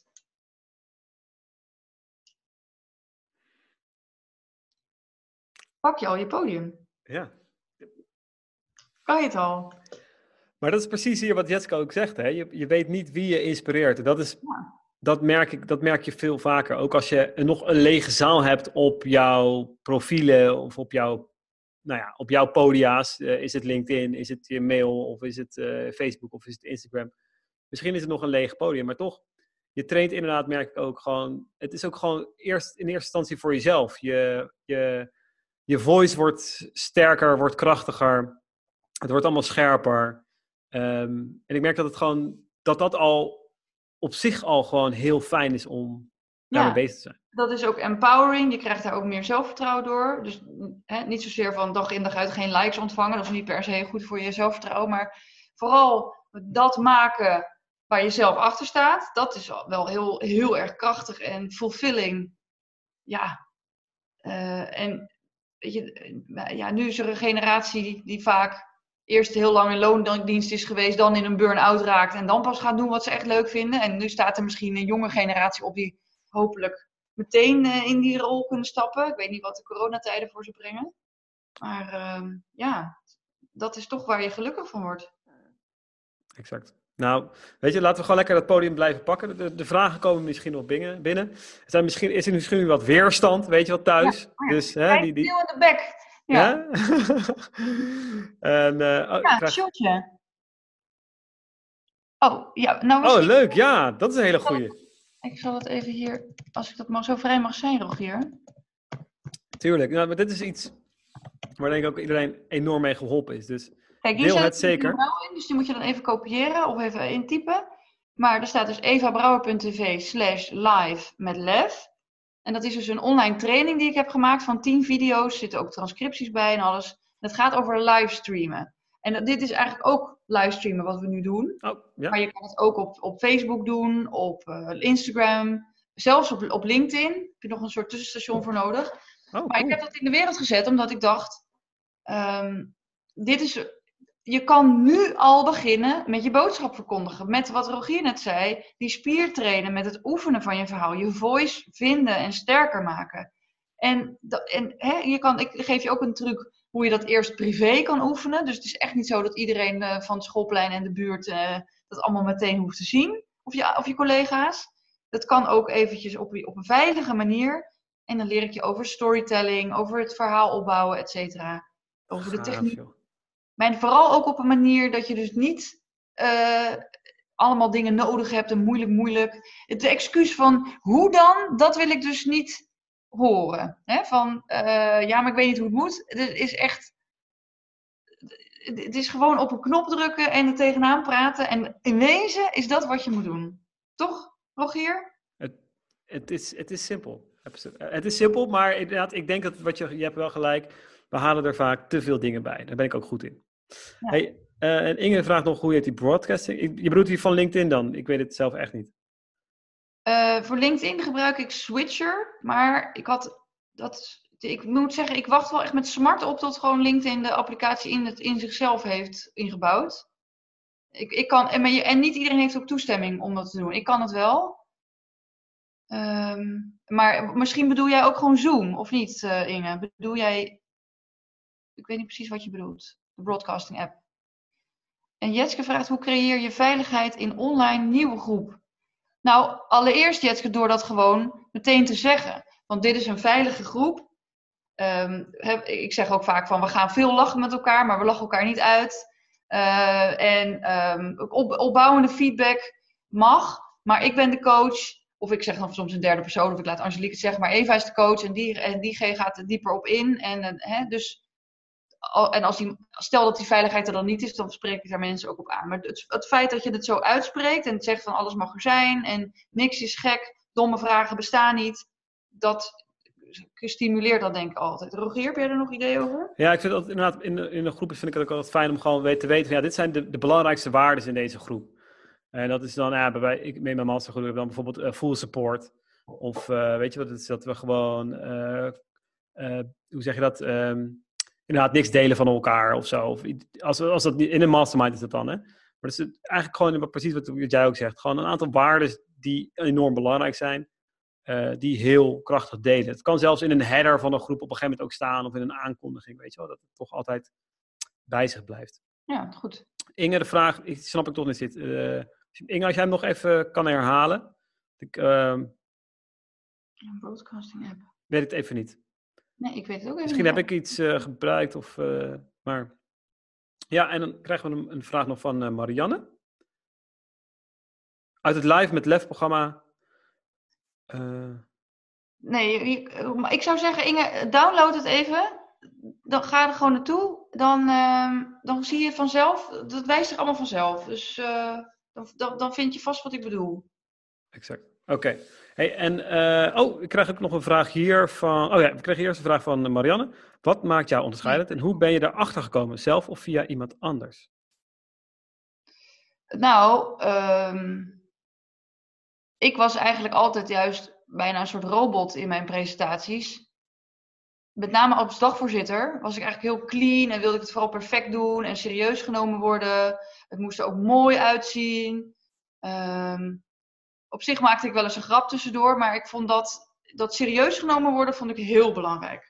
Pak je al je podium? Ja. Kan je het al? Maar dat is precies hier wat Jetske ook zegt. Hè? Je weet niet wie je inspireert. Dat merk je veel vaker. Ook als je nog een lege zaal hebt op jouw profielen of op jouw podia's. Is het LinkedIn, is het je mail of is het Facebook of is het Instagram. Misschien is het nog een leeg podium, maar toch. Je traint inderdaad, merk ik ook gewoon. Het is ook gewoon in eerste instantie voor jezelf. Je voice wordt sterker, wordt krachtiger. Het wordt allemaal scherper. En ik merk dat al op zich al gewoon heel fijn is om daarmee bezig te zijn. Dat is ook empowering. Je krijgt daar ook meer zelfvertrouwen door. Dus niet zozeer van dag in dag uit geen likes ontvangen. Dat is niet per se goed voor je zelfvertrouwen. Maar vooral dat maken waar je zelf achter staat. Dat is wel heel, heel erg krachtig en fulfilling. Ja. En weet je, nu is er een generatie die vaak eerst heel lang in loondienst is geweest, dan in een burn-out raakt en dan pas gaat doen wat ze echt leuk vinden. En nu staat er misschien een jonge generatie op die hopelijk meteen in die rol kunnen stappen. Ik weet niet wat de coronatijden voor ze brengen. Maar dat is toch waar je gelukkig van wordt. Exact. Nou, weet je, laten we gewoon lekker dat podium blijven pakken. De vragen komen misschien nog binnen. Is er misschien wat weerstand, weet je wat, thuis. Ja, ja. Dus, deel in de bek. Ja. Shotje. Oh, ja. Nou, leuk. Ja, dat is een hele goeie. Ik zal het even hier, als ik dat zo vrij mag zijn, Rogier. Tuurlijk. Nou, maar dit is iets waar denk ik ook iedereen enorm mee geholpen is. Dus kijk, hier deel het zeker. In, dus die moet je dan even kopiëren of even intypen. Maar er staat dus evabrouwer.tv/live met lef. En dat is dus een online training die ik heb gemaakt van 10 video's. Er zitten ook transcripties bij en alles. Het gaat over livestreamen. En dit is eigenlijk ook livestreamen wat we nu doen. Oh, ja. Maar je kan het ook op Facebook doen, op Instagram. Zelfs op LinkedIn. Heb je nog een soort tussenstation voor nodig. Maar ik heb dat in de wereld gezet omdat ik dacht... Je kan nu al beginnen met je boodschap verkondigen. Met wat Rogier net zei, die spiertrainen met het oefenen van je verhaal. Je voice vinden en sterker maken. Ik geef je ook een truc hoe je dat eerst privé kan oefenen. Dus het is echt niet zo dat iedereen van het schoolplein en de buurt dat allemaal meteen hoeft te zien. Of je collega's. dat kan ook eventjes op een veilige manier. En dan leer ik je over storytelling, over het verhaal opbouwen, et cetera. Over de techniek. Joh. Maar vooral ook op een manier dat je dus niet allemaal dingen nodig hebt en moeilijk. Het excuus van hoe dan, dat wil ik dus niet horen. Hè? Van ja, maar ik weet niet hoe het moet. Het is gewoon op een knop drukken en er tegenaan praten. En in wezen is dat wat je moet doen. Toch, Rogier? Het is simpel. Het is simpel, maar inderdaad, ik denk dat je hebt wel gelijk. We halen er vaak te veel dingen bij. Daar ben ik ook goed in. Ja. Hey, en Inge vraagt nog hoe heet die broadcasting? Je bedoelt die van LinkedIn dan? Ik weet het zelf echt niet. Voor LinkedIn gebruik ik Switcher, maar ik moet zeggen, ik wacht wel echt met smart op tot gewoon LinkedIn de applicatie in zichzelf heeft ingebouwd. En niet iedereen heeft ook toestemming om dat te doen. Ik kan het wel. Maar misschien bedoel jij ook gewoon Zoom, of niet, Inge? Bedoel jij... Ik weet niet precies wat je bedoelt. De broadcasting app. En Jetske vraagt, hoe creëer je veiligheid in online nieuwe groep? Nou, allereerst Jetske, door dat gewoon meteen te zeggen. Want dit is een veilige groep. Ik zeg ook vaak van, we gaan veel lachen met elkaar, maar we lachen elkaar niet uit. Opbouwende feedback mag, maar ik ben de coach. Of ik zeg dan soms een derde persoon, of ik laat Angelique het zeggen, maar Eva is de coach en die gaat er dieper op in. Stel dat die veiligheid er dan niet is, dan spreek ik daar mensen ook op aan. Maar het feit dat je het zo uitspreekt en zegt van alles mag er zijn en niks is gek, domme vragen bestaan niet, dat stimuleert dat denk ik altijd. Rogier, heb jij er nog idee over? Ja, ik vind dat inderdaad in de groepen vind ik het ook altijd fijn om gewoon te weten van ja, dit zijn de belangrijkste waarden in deze groep. En dat is dan, ik met mijn mastergroep heb dan bijvoorbeeld full support. Of weet je wat het is, dat we gewoon, hoe zeg je dat, inderdaad niks delen van elkaar of zo. Of, als dat in een mastermind is dat dan, hè. Maar dat is eigenlijk gewoon precies wat jij ook zegt. Gewoon een aantal waarden die enorm belangrijk zijn. Die heel krachtig delen. Het kan zelfs in een header van een groep op een gegeven moment ook staan. Of in een aankondiging, weet je wel. Dat het toch altijd bij zich blijft. Ja, goed. Inge, de vraag, snap ik toch niet zit. Inge, als jij hem nog even kan herhalen. Een broadcasting app. Weet ik het even niet. Nee, ik weet het ook even Misschien niet. heb ik iets gebruikt of... maar... Ja, en dan krijgen we een vraag nog van Marianne. Uit het Live met Lef programma... Nee, ik zou zeggen, Inge, download het even. Dan ga er gewoon naartoe. Dan zie je het vanzelf. Dat wijst zich allemaal vanzelf. Dus dan vind je vast wat ik bedoel. Exact. Oké. Hey, en ik krijg ook nog een vraag hier van... Oh ja, we kregen eerst een vraag van Marianne. Wat maakt jou onderscheidend en hoe ben je daarachter gekomen? Zelf of via iemand anders? Nou, ik was eigenlijk altijd juist bijna een soort robot in mijn presentaties. Met name als dagvoorzitter was ik eigenlijk heel clean en wilde ik het vooral perfect doen en serieus genomen worden. Het moest er ook mooi uitzien. Op zich maakte ik wel eens een grap tussendoor, maar ik vond dat serieus genomen worden vond ik heel belangrijk.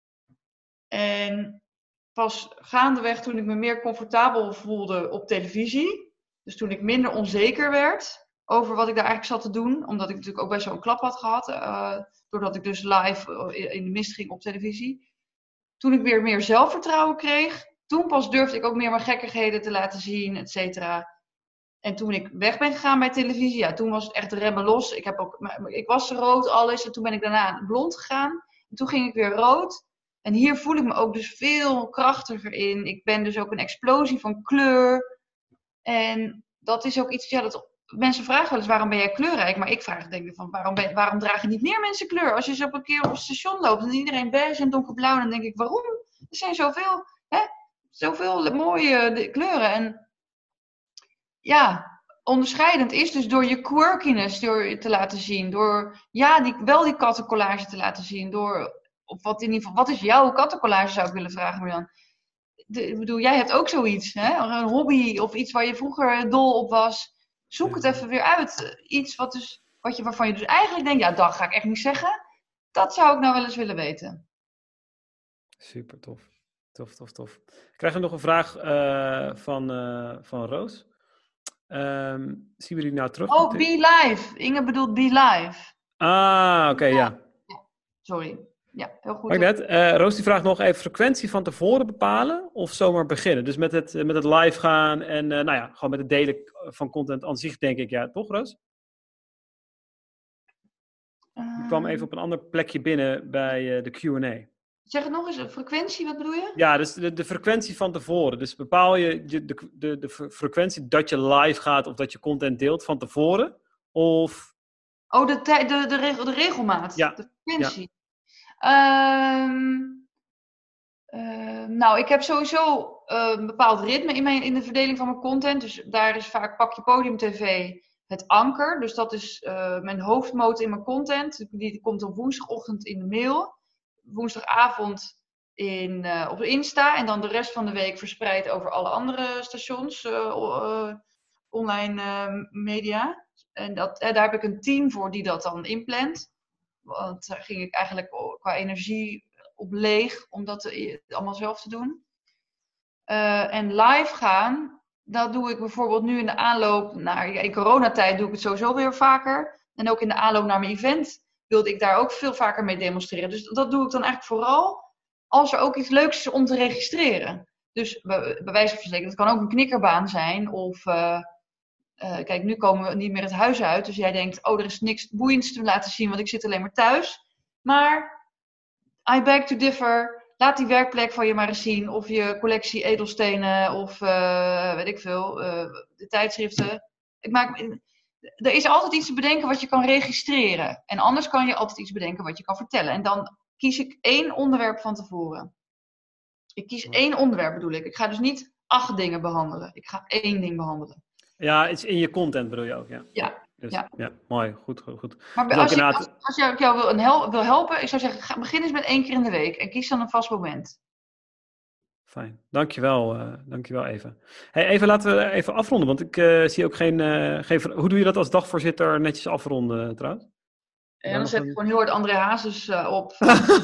En pas gaandeweg toen ik me meer comfortabel voelde op televisie, dus toen ik minder onzeker werd over wat ik daar eigenlijk zat te doen, omdat ik natuurlijk ook best wel een klap had gehad, doordat ik dus live in de mist ging op televisie. Toen ik weer meer zelfvertrouwen kreeg, toen pas durfde ik ook meer mijn gekkigheden te laten zien, et cetera. En toen ik weg ben gegaan bij televisie, ja, toen was het echt remmen los. Ik was rood, alles. En toen ben ik daarna blond gegaan. En toen ging ik weer rood. En hier voel ik me ook dus veel krachtiger in. Ik ben dus ook een explosie van kleur. En dat is ook iets, mensen vragen wel eens, waarom ben jij kleurrijk? Maar ik denk van, waarom dragen niet meer mensen kleur? Als je zo op een keer op het station loopt en iedereen beige en donkerblauw, dan denk ik, waarom? Er zijn zoveel mooie kleuren. En ja, onderscheidend is dus door je quirkiness te laten zien. Door die kattencollage te laten zien. Wat is jouw kattencollage, zou ik willen vragen, Marjan. Ik bedoel, jij hebt ook zoiets, hè? Een hobby of iets waar je vroeger dol op was. Zoek het even weer uit. Iets waarvan je dus eigenlijk denkt, ja, dat ga ik echt niet zeggen. Dat zou ik nou wel eens willen weten. Super tof. Tof. Ik krijg nog een vraag van Roos. Zien we die nou terug? Oh, Be Live. Inge bedoelt Be Live. Oké, ja. Sorry. Ja, heel goed. Maakt net. Roos die vraagt nog even frequentie van tevoren bepalen of zomaar beginnen. Dus met het live gaan en gewoon met het delen van content aan zich denk ik. Ja, toch Roos? Ik kwam even op een ander plekje binnen bij de Q&A. Zeg het nog eens, frequentie, wat bedoel je? Ja, dus de frequentie van tevoren. Dus bepaal je de frequentie dat je live gaat of dat je content deelt van tevoren? Of... Oh, de regelmaat, ja. De frequentie. Nou, ik heb sowieso een bepaald ritme in de verdeling van mijn content. Dus daar is vaak Pak je Podium TV het anker. Dus dat is mijn hoofdmoot in mijn content. Die komt op woensdagochtend in de mail. Woensdagavond op Insta. En dan de rest van de week verspreid over alle andere stations. Online media. En daar heb ik een team voor die dat dan inplant. Want daar ging ik eigenlijk qua energie op leeg. Om dat allemaal zelf te doen. En live gaan. Dat doe ik bijvoorbeeld nu in de aanloop in coronatijd doe ik het sowieso weer vaker. En ook in de aanloop naar mijn event wilde ik daar ook veel vaker mee demonstreren. Dus dat doe ik dan eigenlijk vooral als er ook iets leuks is om te registreren. Dus bij wijze van spreken, dat kan ook een knikkerbaan zijn. Of kijk, nu komen we niet meer het huis uit. Dus jij denkt, er is niks boeiends te laten zien, want ik zit alleen maar thuis. Maar I beg to differ. Laat die werkplek van je maar eens zien. Of je collectie edelstenen. Of weet ik veel. De tijdschriften. Er is altijd iets te bedenken wat je kan registreren. En anders kan je altijd iets bedenken wat je kan vertellen. En dan kies ik 1 onderwerp van tevoren. Ik kies 1 onderwerp bedoel ik. Ik ga dus niet 8 dingen behandelen. Ik ga 1 ding behandelen. Ja, iets in je content bedoel je ook, ja. Ja. Dus, ja, mooi. Goed. Maar dus als je jou wil helpen, ik zou zeggen, begin eens met 1 keer in de week. En kies dan een vast moment. Fijn. Dankjewel Eva. Hey, Eva, laten we even afronden, want ik zie ook geen... Hoe doe je dat als dagvoorzitter netjes afronden trouwens? En dan zet ik gewoon heel hard André Hazes op.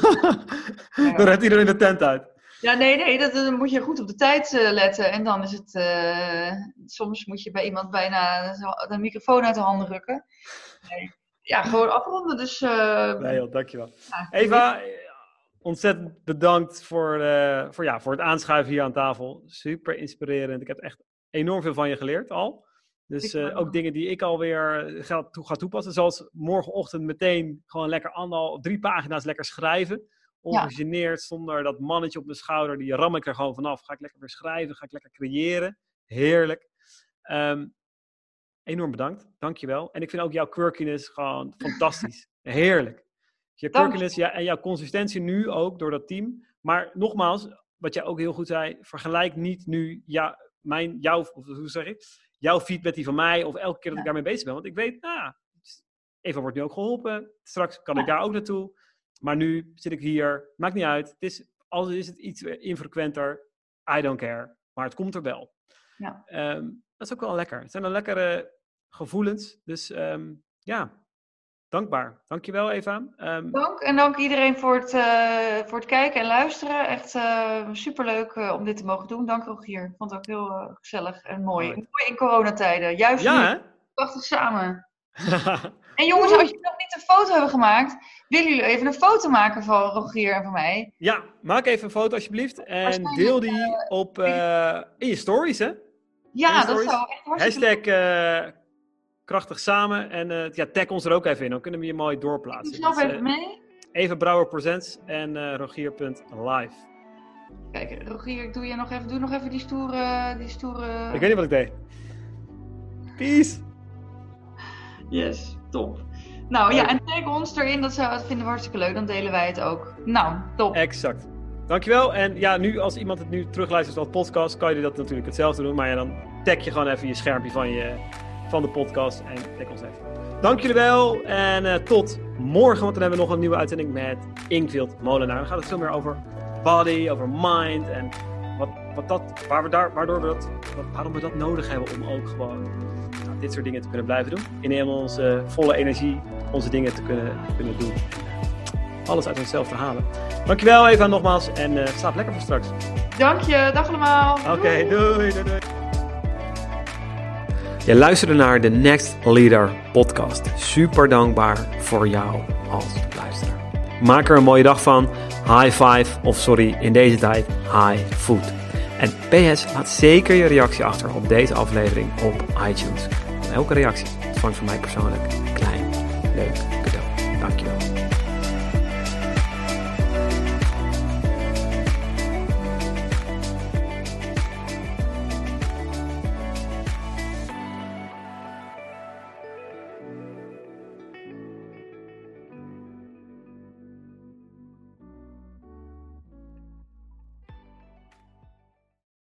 Dan redt iedereen de tent uit. Ja, nee, dan moet je goed op de tijd letten. En dan is het... soms moet je bij iemand bijna de microfoon uit de handen rukken. Nee. Ja, gewoon afronden. Dus... Nee joh, dankjewel. Eva, ontzettend bedankt voor het aanschuiven hier aan tafel. Super inspirerend. Ik heb echt enorm veel van je geleerd al. Dus ook dingen die ik alweer ga toepassen. Zoals morgenochtend meteen gewoon lekker 3 pagina's lekker schrijven. Ongegeneerd, zonder dat mannetje op mijn schouder. Die ram ik er gewoon vanaf. Ga ik lekker weer schrijven. Ga ik lekker creëren. Heerlijk. Enorm bedankt. Dankjewel. En ik vind ook jouw quirkiness gewoon fantastisch. Heerlijk. Je quirkiness en jouw consistentie nu ook door dat team. Maar nogmaals, wat jij ook heel goed zei. Vergelijk niet nu jouw feed met die van mij. Of elke keer dat ik daarmee bezig ben. Want ik weet, Eva wordt nu ook geholpen. Straks kan ik daar ook naartoe. Maar nu zit ik hier. Maakt niet uit. Al is het iets infrequenter. I don't care. Maar het komt er wel. Ja. Dat is ook wel lekker. Het zijn dan lekkere gevoelens. Dus dankbaar. Dankjewel Eva. Dank en dank iedereen voor het kijken en luisteren. Echt superleuk om dit te mogen doen. Dank Rogier. Ik vond het ook heel gezellig en mooi. Mooi in coronatijden. Juist nu. Prachtig samen. En jongens, als jullie nog niet een foto hebben gemaakt, willen jullie even een foto maken van Rogier en van mij? Ja, maak even een foto alsjeblieft. En deel die in je stories, hè? Ja, dat zou echt hartstikke # krachtig samen. En tag ons er ook even in. Dan kunnen we je mooi doorplaatsen. Ik zelf even mee. Eva Brouwer Presents en Rogier.live. Kijk, Rogier, doe nog even die stoere... Ik weet niet wat ik deed. Peace. Yes, top. Nou ja, en tag ons erin, dat vinden we hartstikke leuk. Dan delen wij het ook. Nou, top. Exact. Dankjewel. En ja, nu als iemand het nu terugluistert als podcast, kan je dat natuurlijk hetzelfde doen. Maar ja, dan tag je gewoon even je schermpje van de podcast en tag ons even. Dank jullie wel en tot morgen, want dan hebben we nog een nieuwe uitzending met Inkvild Molenaar. Dan gaat het veel meer over body, over mind en waarom we dat nodig hebben om ook gewoon dit soort dingen te kunnen blijven doen. In onze volle energie onze dingen te kunnen doen. Alles uit onszelf te halen. Dankjewel Eva nogmaals en slaap lekker voor straks. Dank je, dag allemaal. Oké, doei. Je luisterde naar de Next Leader podcast. Super dankbaar voor jou als luisteraar. Maak er een mooie dag van. High five, of sorry, in deze tijd high food. En PS, laat zeker je reactie achter op deze aflevering op iTunes. Elke reactie ontvangt van mij persoonlijk een klein, leuk cadeau. Dankjewel.